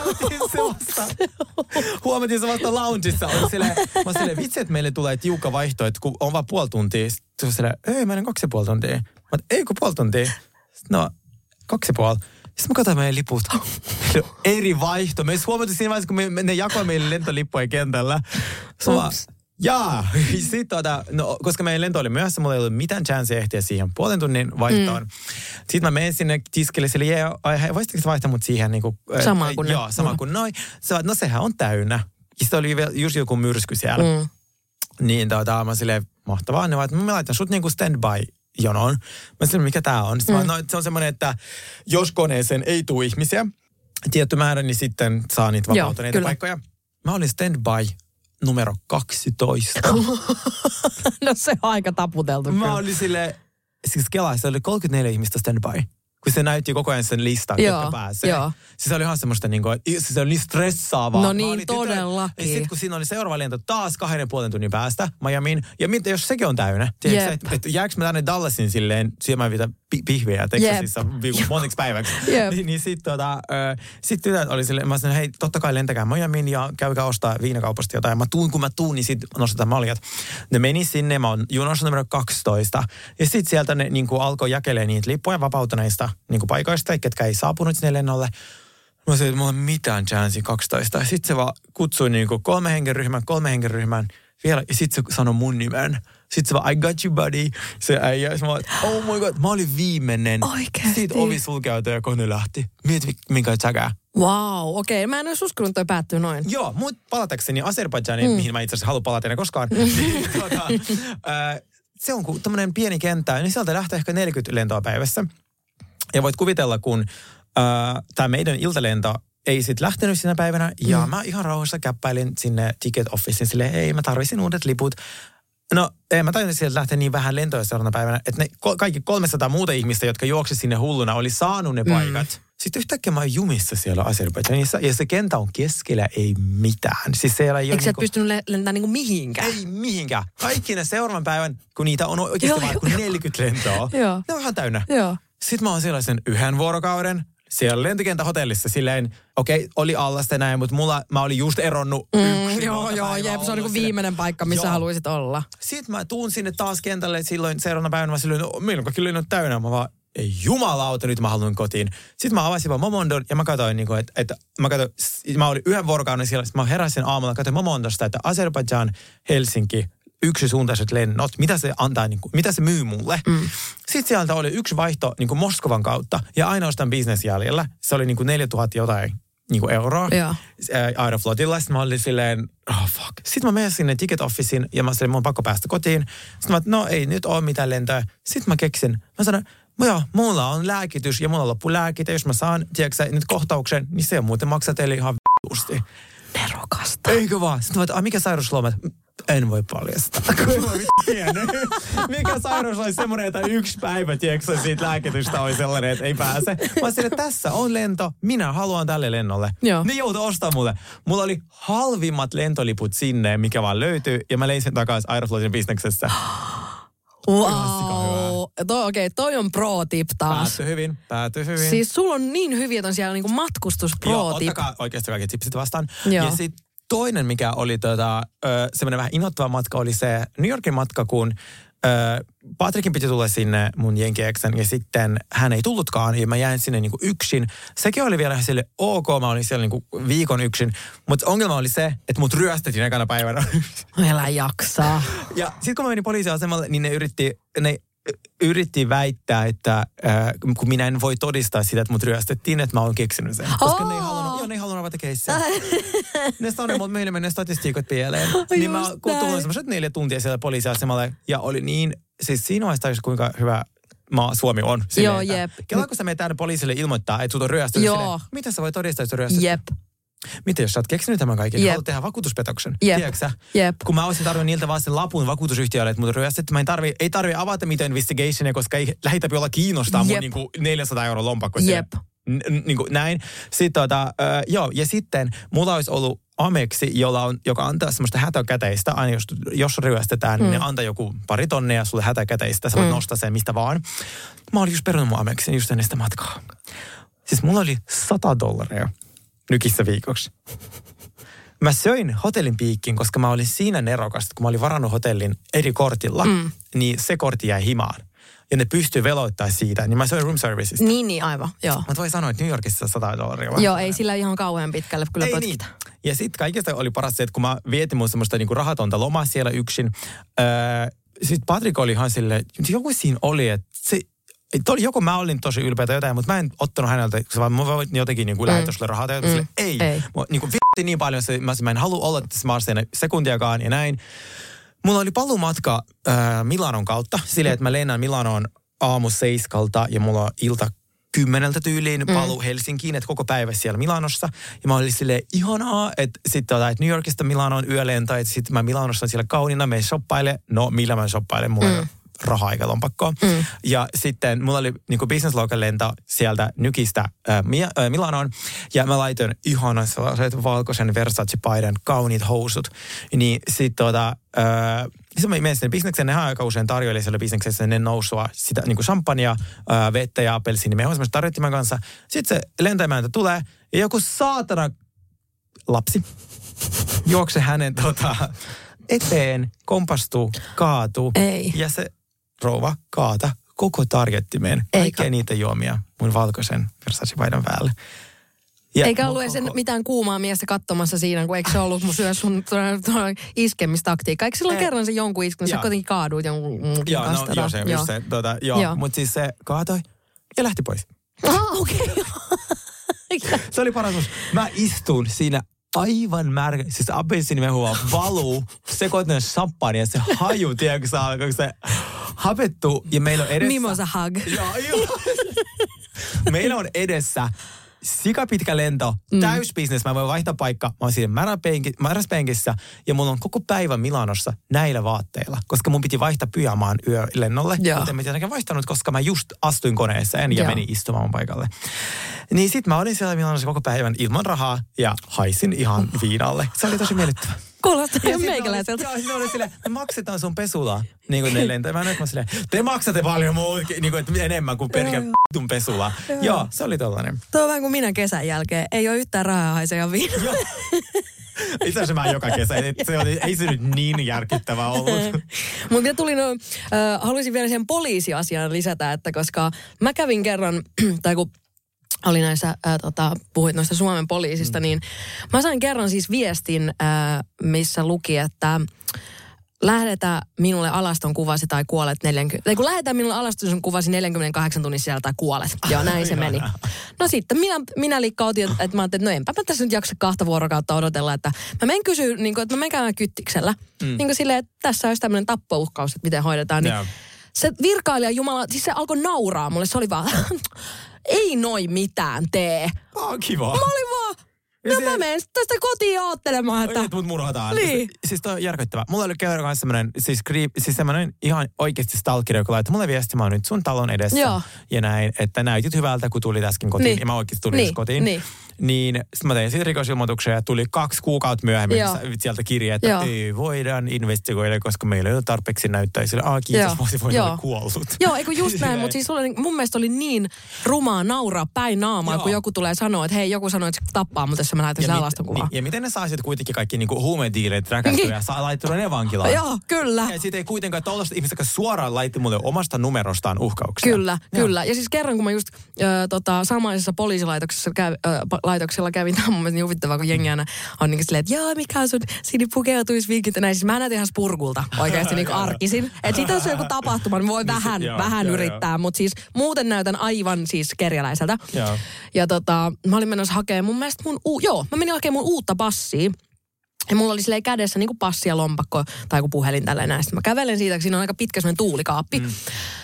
Huomattiin se vasta loungeissa. Oli silleen, mä olin silleen, vitsi, että meille tulee tiukka vaihto, että kun on vaan puoli tuntia. Sitten silleen, ei, mä en kaksi ja puoli tuntia. Mä ei, kun puoli tuntia. Sitten, no, kaksi ja puoli. Sitten mä katsoin meidän liput. Eri vaihto. Me huomattiin siinä vaiheessa, kun me, ne jakoi meille lentolippuja kentällä. Ups. Jaa. Sitten tuota, no, koska meidän lento oli myöhässä, mulla ei ollut mitään chanssia ehtiä siihen puolen tunnin vaihtoon. Mm. Sitten mä menen sinne tiskille, sille, jee, voisitteko sä vaihtaa mut siihen niin kuin... Samaan äh, kuin Joo, samaan kuin noin. Sä no sehän on täynnä. Ja sitten oli just joku myrsky siellä. Mm. Niin tuota, mä silleen, mahtavaa. Ne vaan, että mä laitan sut niin kuin stand-by jonoon. Mä sanoin, mikä tää on? Mm. Mä, no, se on semmoinen, että jos koneeseen ei tule ihmisiä, tietty määrä, niin sitten saa niitä vapautuneita paikkoja. Mä olin standby numero kaksitoista. No se on aika taputeltu. Mä olin silleen, siis Kelaissa oli kolmekymmentäneljä ihmistä standby. Kun se näytti koko ajan sen listan, joo, jotka pääsee. Joo. Siis se oli ihan semmoista, niin kuin, se oli niin stressaavaa. No niin, todellakin. Ja sitten kun siinä oli seuraava lento taas kahden ja puolen tunnin päästä Miamiin, ja mitä jos sekin on täynnä? Tiedätkö, että et, jääkö mä tänne Dallasin silleen syömään mitä pihviä Texasissa moniksi päiväksi? niin niin sitten tota, sit tytöt oli silleen, mä sanoin, hei, totta kai lentäkää Miamiin ja käykää ostaa viinakaupasta jotain. Mä tuun, kun mä tuun, niin sitten nostetaan maljat. Ne meni sinne, mä oon junassa numero kaksitoista. Ja sitten sieltä ne niin kuin alkoi jakelee niitä lippuja vapautuneista niin kuin paikoista, ketkä ei saapunut sinne lennolle. Mä sanoin, että mulla ei mitään chanssia kaksitoista. Sitten se vaan kutsui niin kuin kolme hengen ryhmän, kolme hengen ryhmän. vielä. Ja sit se sanoi mun nimen. Sitten se vaan, I got you buddy. Se äijä. Mä olin, oh my god, mä olin viimeinen. Oikeesti? Siitä ovi sulkeutui ja kone lähti. Mieti, minkä säkää. Wow, okei. Okay. Mä en olisi uskonut, että toi päättyy noin. Joo, mut palatakseni Azerbaidžaniin, mm. mihin mä itse asiassa haluan palata enää koskaan. niin, tuota, äh, se on kuin tämmöinen pieni kenttä, niin sieltä lähtee ehkä neljäkymmentä lentoa päivässä. Ja voit kuvitella, kun äh, tämä meidän iltalento ei sitten lähtenyt sinä päivänä, ja mm. mä ihan rauhassa käppäilin sinne ticket officeen silleen, hei, mä tarvitsin uudet liput. No, ei, mä tajusin sieltä lähteä niin vähän lentoja seuraavana päivänä, että ne kaikki kolmesataa muuta ihmistä, jotka juoksi sinne hulluna, oli saanut ne paikat. Mm. Sitten yhtäkkiä mä oon jumissa siellä Azerbaidžanissa, ja se kenttä on keskellä ei mitään. Siis siellä ei Eikö sä niinku, et pystynyt lentämään niinku mihinkään? Ei mihinkään. Kaikki ne seuraavan päivän, kun niitä on oikeasti vain kuin neljäkymmentä lentoa, ne on ihan täynnä. Joo. Sitten mä oon siellä sen yhden vuorokauden, siellä lentokenttähotellissa silleen, okei, okay, oli allasta näin, mutta mulla, mä olin just eronnut mm, yksin. Joo, joo, jep, se on niin viimeinen paikka, missä joo. haluaisit olla. Sitten mä tuun sinne taas kentälle, silloin seuraavana päivänä mä silloin, no, meillä on kaikki lennot täynnä. Mä vaan, ei jumalauta, nyt mä haluan kotiin. Sitten mä avasin vaan Momondon ja mä katsoin, niin että, että mä katsoin, mä olin yhden vuorokauden siellä, sitten mä heräsin aamulla, katsoin Momondosta, että Azerbaidžan, Helsinki, yksisuuntaiset lennot, mitä se antaa, niin kuin, mitä se myy mulle. Mm. Sitten sieltä oli yksi vaihto niin kuin Moskovan kautta ja ainoastaan bisnesjäljellä. Se oli niin kuin neljätuhatta jotain niin kuin euroa Aeroflotilla. Sitten mä olin silleen, oh fuck. Sitten mä menen sinne ticket officeen ja mä sanoin, mun on pakko päästä kotiin. Sitten mä no ei nyt ole mitään lentoja. Sitten mä keksin, mä sanoin, joo, mulla on lääkitys ja mulla on loppu lääkitä. Jos mä saan, tiedätkö nyt kohtauksen, niin se muuten maksaa teille ihan v***usti. Nerokasta. Eikö vaan? Sitten mä, mikä sairausloma? En voi paljastaa. Mikä sairaus olisi semmoinen, että yksi päivä, tiedätkö, siitä lääkitystä oli sellainen, että ei pääse. Mä sanoin, että tässä on lento, minä haluan tälle lennolle. Joo. Ne joutui ostamaan mulle. Mulla oli halvimmat lentoliput sinne, mikä vaan löytyy, ja mä lein sen takaisin Aeroflotin bisneksessä. Wow. To, Okei, okay, toi on pro-tip taas. Päätty hyvin, päätty hyvin. Siis sulla on niin hyviä, että on siellä niinku matkustus pro-tip. Joo, ottakaa oikeasti kaikki tipsit vastaan. Joo. Ja sitten toinen, mikä oli tota, semmoinen vähän innoittava matka, oli se New Yorkin matka, kun ö, Patrikin piti tulla sinne mun jenkieksen ja sitten hän ei tullutkaan ja mä jäin sinne niinku yksin. Sekin oli vielä sille ok, mä olin siellä niinku viikon yksin, mutta ongelma oli se, että mut ryöstettiin ekana päivänä. Älä jaksaa. Ja sitten kun mä menin poliisiasemalle, niin ne yritti, ne yritti väittää, että äh, kun minä en voi todistaa sitä, että mut ryöstettiin, että mä oon keksinyt sen. Koska oh. ne ei halunnut, joo, ne ei halunnut avata keissiä. Ne sanoi, että meille menee statistiikot pieleen. Niin mä tulin semmoiset neljä tuntia siellä poliisiasemalle ja oli niin, siis siinä vaiheessa kuinka hyvä maa Suomi on. Silleen, joo, jep. Kelaa, kun sä menet tänne poliisille ilmoittaa, että sut on ryöstetty. Joo. Mitä sä voi todistaa, että sä ryöstetty? Jep. Miten jos sä oot keksinyt tämän kaiken, niin haluat tehdä vakuutuspetoksen? Jep. Tiedätkö Jep. Kun mä olisin tarvinnut niiltä vaan sen lapun vakuutusyhtiölle, että mut ryöstetty, mä en tarvi, ei tarvi avata mitään investigationia, koska ei lähitä olla kiinnostaa mun niinku neljäsataa euroa lompakko. Jep. N- niin kuin näin. Sitten tota, äh, joo, ja sitten mulla olisi ollut Ameksi, jolla on, joka antaa semmoista hätäkäteistä, aina jos, jos ryöstetään, mm. niin ne antaa joku pari tonnia sulle hätäkäteistä, sä voit mm. nostaa sen mistä vaan. Mä olin just perunut mun Ameksin just ennen sitä matkaa. Siis mulla oli sata dollaria nykissä viikoksi. Mä söin hotellin piikkiin, koska mä olin siinä nerokas, kun mä olin varannut hotellin eri kortilla, mm. niin se kortti jäi himaan. Ja ne pystyy veloittaa siitä, niin mä söin room servicesta. Niin, niin, aivan, joo. Mä voin sanoa, että New Yorkissa sata dollaria. Joo, ei sillä ihan kauhean pitkälle kyllä potkita. Niin. Ja sitten kaikista oli paras se, että kun mä vietin mun semmoista niinku rahatonta lomaa siellä yksin, öö, sitten Patrik oli ihan silleen, joku siinä oli, että se, joko mä olin tosi ylpeä tai jotain, mutta mä en ottanut häneltä, vaan mä voin jotenkin niinku mm. lähettää sulle rahaa. Tai mm. sille, ei, ei. Mä niinku vitti niin paljon, että mä, mä en halua olla tässä maassa sekuntiakaan ja näin. Mulla oli paluumatka äh, Milanon kautta, silleen, että mä lennän Milanoon aamu seiskalta ja mulla on ilta kymmeneltä tyyliin paluu mm. Helsinkiin, että koko päivä siellä Milanossa. Ja mä olin silleen ihanaa, että sitten että New Yorkista Milanoon yölento, että sitten mä Milanossa on siellä kauniina, menen shoppaile. No, millä mä shoppailen? Mulla mm. on rahaa eikä lompakkoa. Mm. Ja sitten mulla oli niinku business local lento sieltä Nykistä äh, äh, Milanoon. Ja mä laitoin ihanan sellaiset valkoisen Versace-paidan, kauniit housut. Niin sit tota... Äh, Sitten mä menen sinne bisnekseen, nehän aika usein tarjoili siellä bisneksessä ne nousua, sitä niin kuin champagnea, ää, vettä ja appelsiinimehoa semmoista tarjottimen kanssa. Sitten se lentäjämäntä tulee ja joku saatana lapsi juokse hänen tota, eteen, kompastuu, kaatuu. Ei. Ja se rouva kaata koko tarjottimeen. Kaikkea niitä juomia mun valkoisen Versace-paidan päälle. Ja eikä ollut edes mitään kuumaa miestä katsomassa siinä, kun eikö se ollut mun syö sun iskemistaktiikka. Eikö silloin ei. kerran se jonkun iskemis, sä kuitenkin kaaduit jonkun muunkin joo, kanssa? No, joo, se, joo. se, tota, joo. joo. Mutta siis se kaatoi ja lähti pois. Ah, okei. Okay. Se oli paras. Mä istun siinä aivan märkä, siis appelsiinimehu vaan valuu, sekoittanut champagne ja se haju, tiedätkö sä alkaa, kun se hapettuu ja meillä on edessä... Mimosa hug. Joo, joo. Meillä on edessä sikapitkä lento, mm. täysbusiness, mä voin vaihtaa paikka, mä oon siinä märäspenkissä ja mulla on koko päivä Milanossa näillä vaatteilla, koska mun piti vaihtaa pyjamaan yölennolle, mutta en mä tietenkään vaihtanut, koska mä just astuin koneeseen ja Joo. menin istumaan paikalle. Niin sit mä olin siellä Milanossa koko päivän ilman rahaa ja haisin ihan viinalle. Se oli tosi miellyttävä. Kuulostaa ihan meikäläiseltä. Joo, sitten oli silleen, me maksetaan sun pesulaa, niin kuin ne lentää. Mä en ole silleen, te maksatte paljon muuta, niin kuin, enemmän kuin pelkkä p***tun pesulaa. Joo. Joo, se oli tollainen. Tuo on vähän kuin minä kesän jälkeen. Ei ole yhtään rahaa haisee viinaa. Joo. Itse asiassa mä joka kesä. Se oli, ei se nyt niin järkyttävää ollut. Mutta mitä tuli, no, äh, haluaisin vielä sen poliisiasian lisätä, että koska mä kävin kerran, tai kun oli näissä, ää, tota, puhuit noista Suomen poliisista, mm. niin mä sain kerran siis viestin, ää, missä luki, että lähetä minulle alaston kuvasi tai kuolet neljäkymmentä... Tai kun lähetään minulle alaston kuvasi neljäkymmentäkahdeksan tunnin sisällä tai kuolet. Joo, näin se meni. No sitten minä, minä liikkautin, että mä ajattelin, että no enpä mä tässä nyt jaksa kahta vuorokautta odotella, että mä menen kysyä, niin kuin, että mä menen käymään kyttiksellä. Mm. Niin kuin silleen, että tässä olisi tämmöinen tappouhkaus, että miten hoidetaan. Niin yeah. Se virkailija Jumala, siis se alkoi nauraa mulle, se oli vaan... Ei noi mitään tee. Oh, kiva. Mä olin vaan, no se... mä menen tästä kotiin oottelemaan, että... Nyt mut murhataan. Niin. Siis toi on järkyttävää. Mulla oli kerran kanssa semmonen, siis, creep, siis semmonen ihan oikeasti stalkeri, joka laittoi mulle viesti, mä oon nyt sun talon edessä. Joo. Ja näin, että näytit hyvältä, kun tuli äsken kotiin. Niin. Ja mä oikeasti tulin niin. kotiin. Niin. Niin sitten mä tein siitä rikosilmoituksia ja tuli kaksi kuukautta myöhemmin Joo. sieltä kirja, että Joo. ei voidaan investigoida, koska meillä ei ole tarpeeksi näyttää. Sille, aah kiitos, mä olisin voinut olla kuollut. Joo, eikö just näin, mutta siis oli, mun mielestä oli niin rumaa nauraa päin naamaa, kun joku tulee sanoa, että hei, joku sanoi, että se tappaa, mutta jos mä lähetän sen alaston kuvaa. Niin, ja miten ne saa sitten kuitenkin kaikki niinku huumediileet räkästyä ja saa laittua ne vankilaan? Joo, kyllä. Ja sitten ei kuitenkaan tollaista ihmistä, joka suoraan laitti mulle omasta numerostaan uhkauksia. Kyllä, Joo. kyllä. Ja siis kerran, kun mä just äh, tota, samaisessa poliisilaitoksessa käy, äh, laitoksella kävin, tämä on mun mielestä niin huvittavaa, kun jengi aina on niin kuin silleen, että joo, mikä on sun sinipukeutumisvinkit ja näin. Siis mä näytin ihan spurgulta oikeasti niin kuin arkisin. Että siitä jos on joku tapahtuma, niin voi vähän, joo, vähän joo, yrittää. Mutta siis muuten näytän aivan siis kerjäläiseltä. Joo. Ja tota, mä olin menossa hakemaan mun mielestä mun, u- joo, mä menin hakemaan mun uutta passia. Ja mulla oli silleen kädessä niin kuin passi ja lompakko tai joku puhelin tälleen näin. Sitten mä kävelen siitä, kun siinä on aika pitkä semmoinen tuulikaappi. Mm.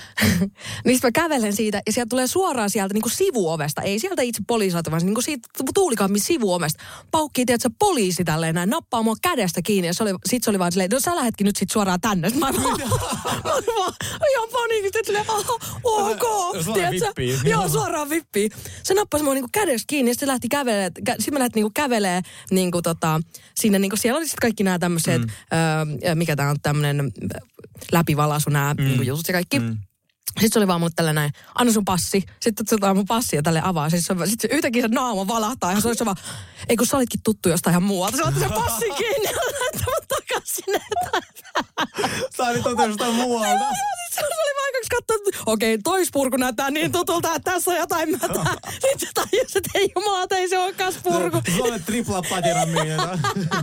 Niin mä kävelen siitä ja sieltä tulee suoraan sieltä niin kuin sivuovesta. Ei sieltä itse poliisilta, vaan niin kuin siitä tuulikaapin sivuovesta. Paukkii, tiedätkö, poliisi tälleen näin, nappaa mua kädestä kiinni. Ja se oli, sit se oli vaan silleen, no sä lähetkin nyt sit suoraan tänne. Sitten mä olin vaan ihan paniikista, että silleen, aha, ok. Suoraan vippiin. Joo, suoraan vippiin. Se nappasi mua niin kuin kädestä kiinni ja sitten lähti kävelee. Sitten mä lähtin niin kuin kävelee niin kuin tota, sinne, niin kuin siellä oli sitten kaikki nämä tämmöiset, mm. öö, mikä tää on tämmöinen läpivalaisu, nämä mm. niin jutut ja kaikki. Mm. Sitten se oli vaan mulle tällä näin, anna sun passi. Sitten otetaan mun passi ja tälle avaa. Sitten sit yhtäkkiä se naama valahtaa ja se olisi vaan, ei kun sä olitkin tuttu jostain ihan muualta. Se otti sen passin kiinni ja laittaa mut takaisin eteen. Sä olit tuttu jostain muualta. Se oli vaan kaksi katsoa, että okei, toi spurku näyttää niin tutulta, että tässä on jotain mätää. Sitten se tajus, että ei jumalata, ei se olekaan spurku. Sä olet tripla patiran myyjä.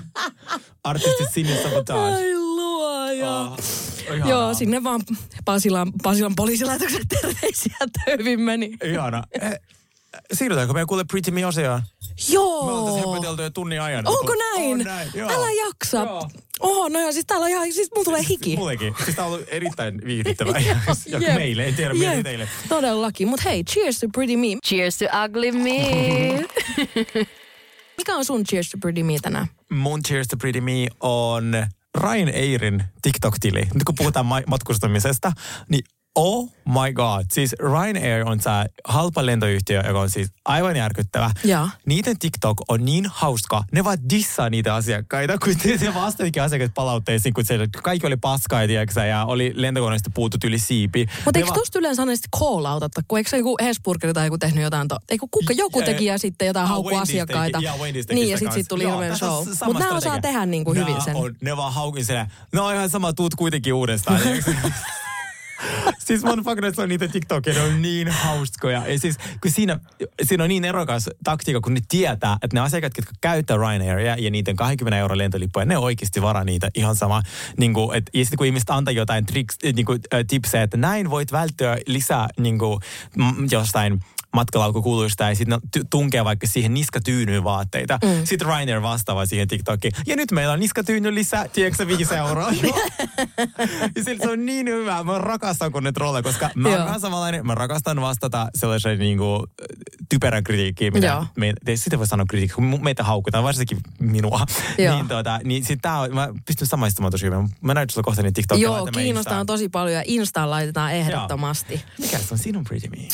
Artistit sinisabotage. Ai luoja. Oh. Ihanaa. Joo, sinne vaan Pasilan, Pasilan poliisilaitoksen terveisiä, että hyvin meni. Ihana. Eh, siirrytäänkö me kuule Pretty Me-osioon? Joo. Me ollaan tässä höpötelty jo tunnin ajan. Onko näin? On näin. Joo. Älä jaksa. Joo. Oho, no joo, siis täällä on ihan, siis mulla tulee hiki. Mullekin. Siis tää on ollut erittäin viihdyttävää. Ja yeah. meille, en tiedä yeah. teille. Todellakin, mut hei, cheers to Pretty Me. Cheers to Ugly Me. Mikä on sun cheers to Pretty Me tänään? Mun cheers to Pretty Me on Ryanairin TikTok-tili. Nyt kun puhutaan matkustamisesta, niin oh my god. Siis Ryanair on se halpa lentoyhtiö, joka on siis aivan järkyttävä. Ja. Niiden TikTok on niin hauska. Ne vaan dissaa niitä asiakkaita, kun se vastavikin asiakkaat palautteisiin, kun se kaikki oli paskaa, tiiäksä, ja oli lentokoneesta puutut yli siipi. Mutta eikö va- tosta yleensä aina sitten call-outata, kun eikö se joku Hesburger tai joku tehnyt jotain, to- eikö kuka, joku teki ja sitten jotain ah, haukkua asiakkaita. Ja niin, ja sitten sit tuli hirveän show. Mutta nämä osaa tehdä niin kuin hyvin sen. On, ne vaan haukin siellä. No ihan sama, tuut kuitenkin uudestaan. Siis mä oon fakta, on niitä TikTokia, ne on niin hauskoja. Ja siis, kun siinä, siinä on niin erokas taktiikka, kun ne tietää, että ne asiakkaat, jotka käyttää Ryanairia ja niiden kaksikymmentä euroa lentolippuja, ne oikeasti varaa niitä ihan sama. Niin kuin, et, ja sitten kun ihmiset antaa jotain triks, niin kuin, äh, tipsejä, että näin voit välttyä lisää niin kuin, jostain matkalaukkukuluista ja sitten tunkee vaikka siihen niskatyynyyn vaatteita. Mm. Sitten Ryanair vastaava siihen TikTokiin. Ja nyt meillä on niskatyyny lisää, tiedätkö viisi euroa? Ja sillä se on niin hyvä. Mä rakastan, kun ne trolleja, koska mä oon vähän samanlainen. Mä rakastan vastata sellaisen niinku typerän kritiikkiin, mitä me, sitä voi sanoa kritiikkiä, kun meitä haukutaan, varsinkin minua. niin, tota, niin sit tää on, mä pystyn samaistumaan tosi hyvin. Mä näytän sulla kohta niitä TikTokia. Joo, kiinnostaa tosi paljon ja Instaan laitetaan ehdottomasti. Joo. Mikä se on sinun Pretty Me?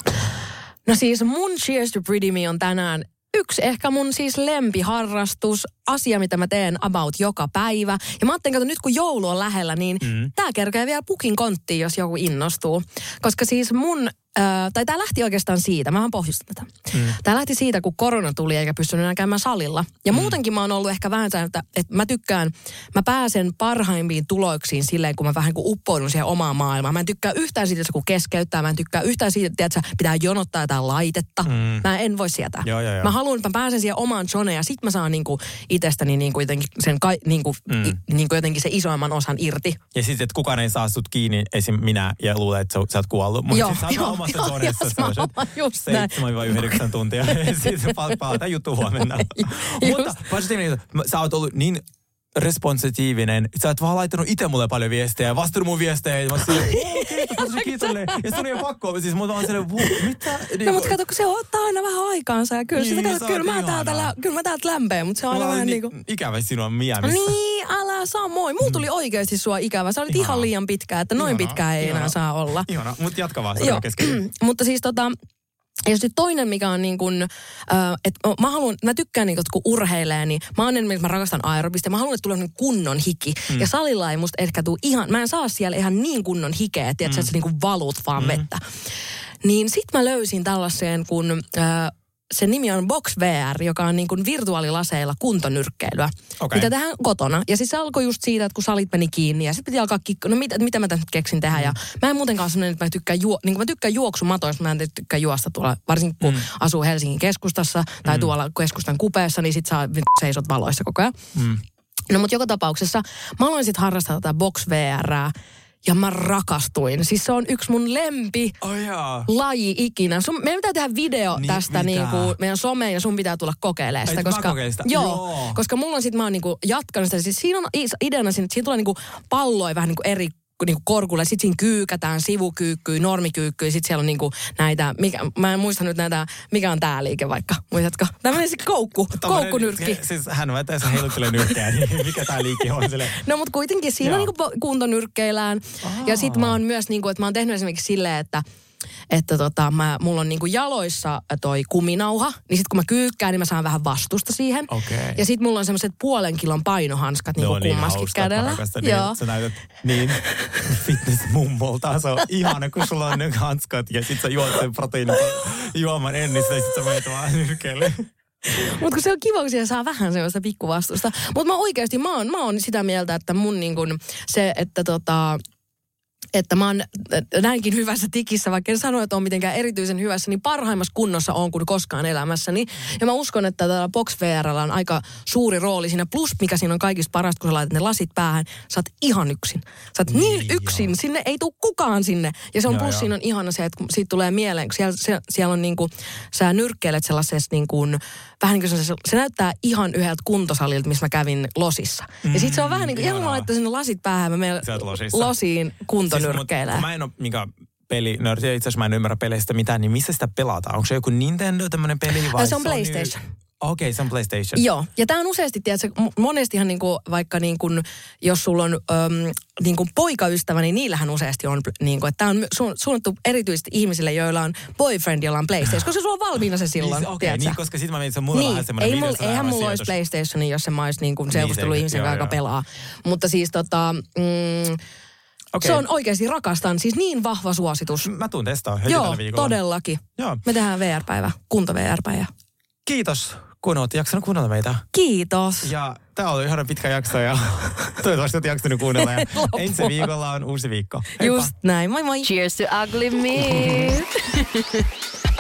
No siis mun Cheers to Pretty Me on tänään yksi ehkä mun siis lempiharrastus, asia mitä mä teen about joka päivä. Ja mä ajattelin, että nyt kun joulu on lähellä, niin mm. tää kerkee vielä pukin konttiin, jos joku innostuu. Koska siis mun, äh, tai tää lähti oikeastaan siitä, mä oon pohjustan tätä. Mm. Tää lähti siitä, kun korona tuli eikä pystynyt enää käymään salilla. Ja mm. muutenkin mä oon ollut ehkä vähän sen, että, että mä tykkään, mä pääsen parhaimpiin tuloksiin silleen, kun mä vähän kuin uppoudun siihen omaan maailmaan. Mä en tykkää yhtään siitä, kun keskeyttää. Mä en tykkää yhtään siitä, että pitää jonottaa jotain laitetta. Mm. Mä en voi sietää. Joo, joo, joo. Mä haluan, että mä pääsen siihen omaan zoneen ja sit mä saan niinku itsestäni niinku jotenkin sen kai, niinku, mm. i, niinku jotenkin se isoimman osan irti. Ja sitten, että kukaan ei saa sut kiinni, esim. Minä, ja luulee, että sä, sä oot kuollut. Mutta sit sä oot omassa zonessa seitsemän vai yhdeksän tuntia. Ja sitten palataan juttu huomenna. Mutta positiivinen, sä oot ollut niin responsitiivinen. Sä oot vaan laittanut itse mulle paljon viestejä ja vastannut mun viestejä. Ja mä oon silleen, kiitos, kiitos. Ja se on ihan pakko. Siis mä oon silleen, mitä? No mutta kato, kun se ottaa aina vähän aikaansa. Ja kyllä, niin, sitä, kato, kyllä, mä täältä, lä- kyllä mä täältä lämpeen, mutta se on aina vähän niin kuin... Ikävä sinua Miamissä. Niin, älä samoin. Mulla tuli oikeasti sua ikävä. Sä olit ihan liian pitkä, että noin pitkään ei enää saa olla. Ihana, mutta jatka vaan. Joo, mutta siis tota... Ja sitten toinen, mikä on niin kuin, äh, että mä haluan, mä tykkään niin kuin, kun urheilee, niin mä oon enemmän, mä rakastan aerobista. Mä haluan, että tulee kunnon hiki. Mm. Ja salilla ei musta ehkä tule ihan, mä en saa siellä ihan niin kunnon hikeä, että mm. sä niin kuin valut vaan mm. vettä. Niin sit mä löysin tällaiseen, kun äh, sen nimi on Box V R, joka on niin kuin virtuaalilaseilla kuntonyrkkeilyä. Okay. Mitä tehdään kotona. Ja siis se alkoi just siitä, että kun salit meni kiinni ja sitten piti alkaa kikkoa. No mitä, mitä mä tämän keksin tehdä. Mm. Ja mä en muutenkaan sellainen, että mä tykkään, juo, niin kuin mä tykkään juoksumatoista, mä en tykkää juosta tuolla, varsinkin kun mm. asuu Helsingin keskustassa tai mm. tuolla keskustan kupeessa, niin sit sä seisot valoissa koko ajan. Mm. No mutta joka tapauksessa mä aloin sit harrastaa tätä Box V Rää. Ja mä rakastuin. Siis se on yksi mun lempi oh, yeah. laji ikinä. Sun, meidän pitää tehdä video niin, tästä niinku, meidän someen ja sun pitää tulla kokeilemaan sitä. Koska, joo, joo, koska mulla on sit, mä oon niinku jatkanut sitä. Siis siinä on ideana, siinä, siinä tulee niinku palloja vähän niinku eri niinku korkulle. Sitten siinä kyykätään sivukyykkyä, normikyykkyä. Sitten siellä on niinku näitä, mikä, mä en muista nyt näitä, mikä on tää liike vaikka. Muistatko? Tämmöinen se koukku, koukkunyrkki. Siis hän väittää, että se heiluttelee nyrkkejä, niin mikä tää liike on sille? No mut kuitenkin siinä on niinku kuntonyrkkeillään. Aa. Ja sit mä oon myös niinku, että mä oon tehnyt esimerkiksi silleen, että että tota, mä, mulla on niinku jaloissa toi kuminauha, niin sit kun mä kyykkään, niin mä saan vähän vastusta siihen. Okay. Ja sit mulla on semmoset puolen kilon painohanskat niinku niin kummaskin kädellä. Niin, joo. Sä näytät niin fitness-mummolta. Se on ihana, kun sulla on ne hanskat ja sit sä juot sen proteiinijuoman ennistä ja sit sä meet vaan nyrkeille. Mutta kun se on kiva, kun siellä saa vähän sellaista pikkuvastusta. Mutta mä oikeasti, mä oon, mä oon sitä mieltä, että mun niin kun se, että tota... että mä oon näinkin hyvässä tikissä, vaikka en sano, että on mitenkään erityisen hyvässä, niin parhaimmassa kunnossa on kuin koskaan elämässäni. Ja mä uskon, että tällä Box V R:llä on aika suuri rooli siinä. Plus, mikä siinä on kaikista parasta, kun sä laitat ne lasit päähän, sä oot ihan yksin. Sä oot niin, niin yksin, joo. Sinne ei tule kukaan sinne. Ja se on joo, plus, joo. Siinä on ihana se, että siitä tulee mieleen, kun siellä, se, siellä on niin kuin, sä nyrkkeilet sellaisessa niin kuin, vähän niin kuin se, se näyttää ihan yhdeltä kuntosalilta, missä mä kävin Losissa. Mm, ja sit se on vähän niin kuin, ihan mä laittaisin ne lasit päähän, mä menen Losiin kuntonyrkkeilemään. Siis, mä en ole mikä pelinörti, itse asiassa mä en ymmärrä peleistä mitään, niin missä sitä pelataan? Onko se joku Nintendo tämmöinen peli vai se on PlayStation? Okei, okay, se on PlayStation. Joo, ja tämä on useasti, tiedätkö, monestihan niinku, vaikka niinku, jos sulla on öm, niinku poikaystävä, niin niillähän useasti on, niinku, että tämä on su- suunnattu erityisesti ihmisille, joilla on boyfriend, jolla on PlayStation, koska sulla on valmiina se silloin, niin, okei, okay, niin, koska sitten mä mietin, että se on mulla niin, vähän semmoinen ei mul, eihän mulla olisi PlayStationia, jos en mä olisi niinku, seurustellut niin, ihmisen kanssa, joka pelaa. Mutta siis tota... Mm, okay. Se on oikeasti rakastan, siis niin vahva suositus. Mä tuun testaa heti joo, tällä viikolla. Todellakin. Joo. Me tehdään V R-päivä, kunto-V R-päivä. Kiitos, kun oot jaksanut kuunnella meitä. Kiitos. Ja tää on ihana pitkä jakso ja toivottavasti olet jaksanut kuunnella. Ja ensi viikolla on uusi viikko. Heippa. Just näin. Moi moi. Cheers to ugly me.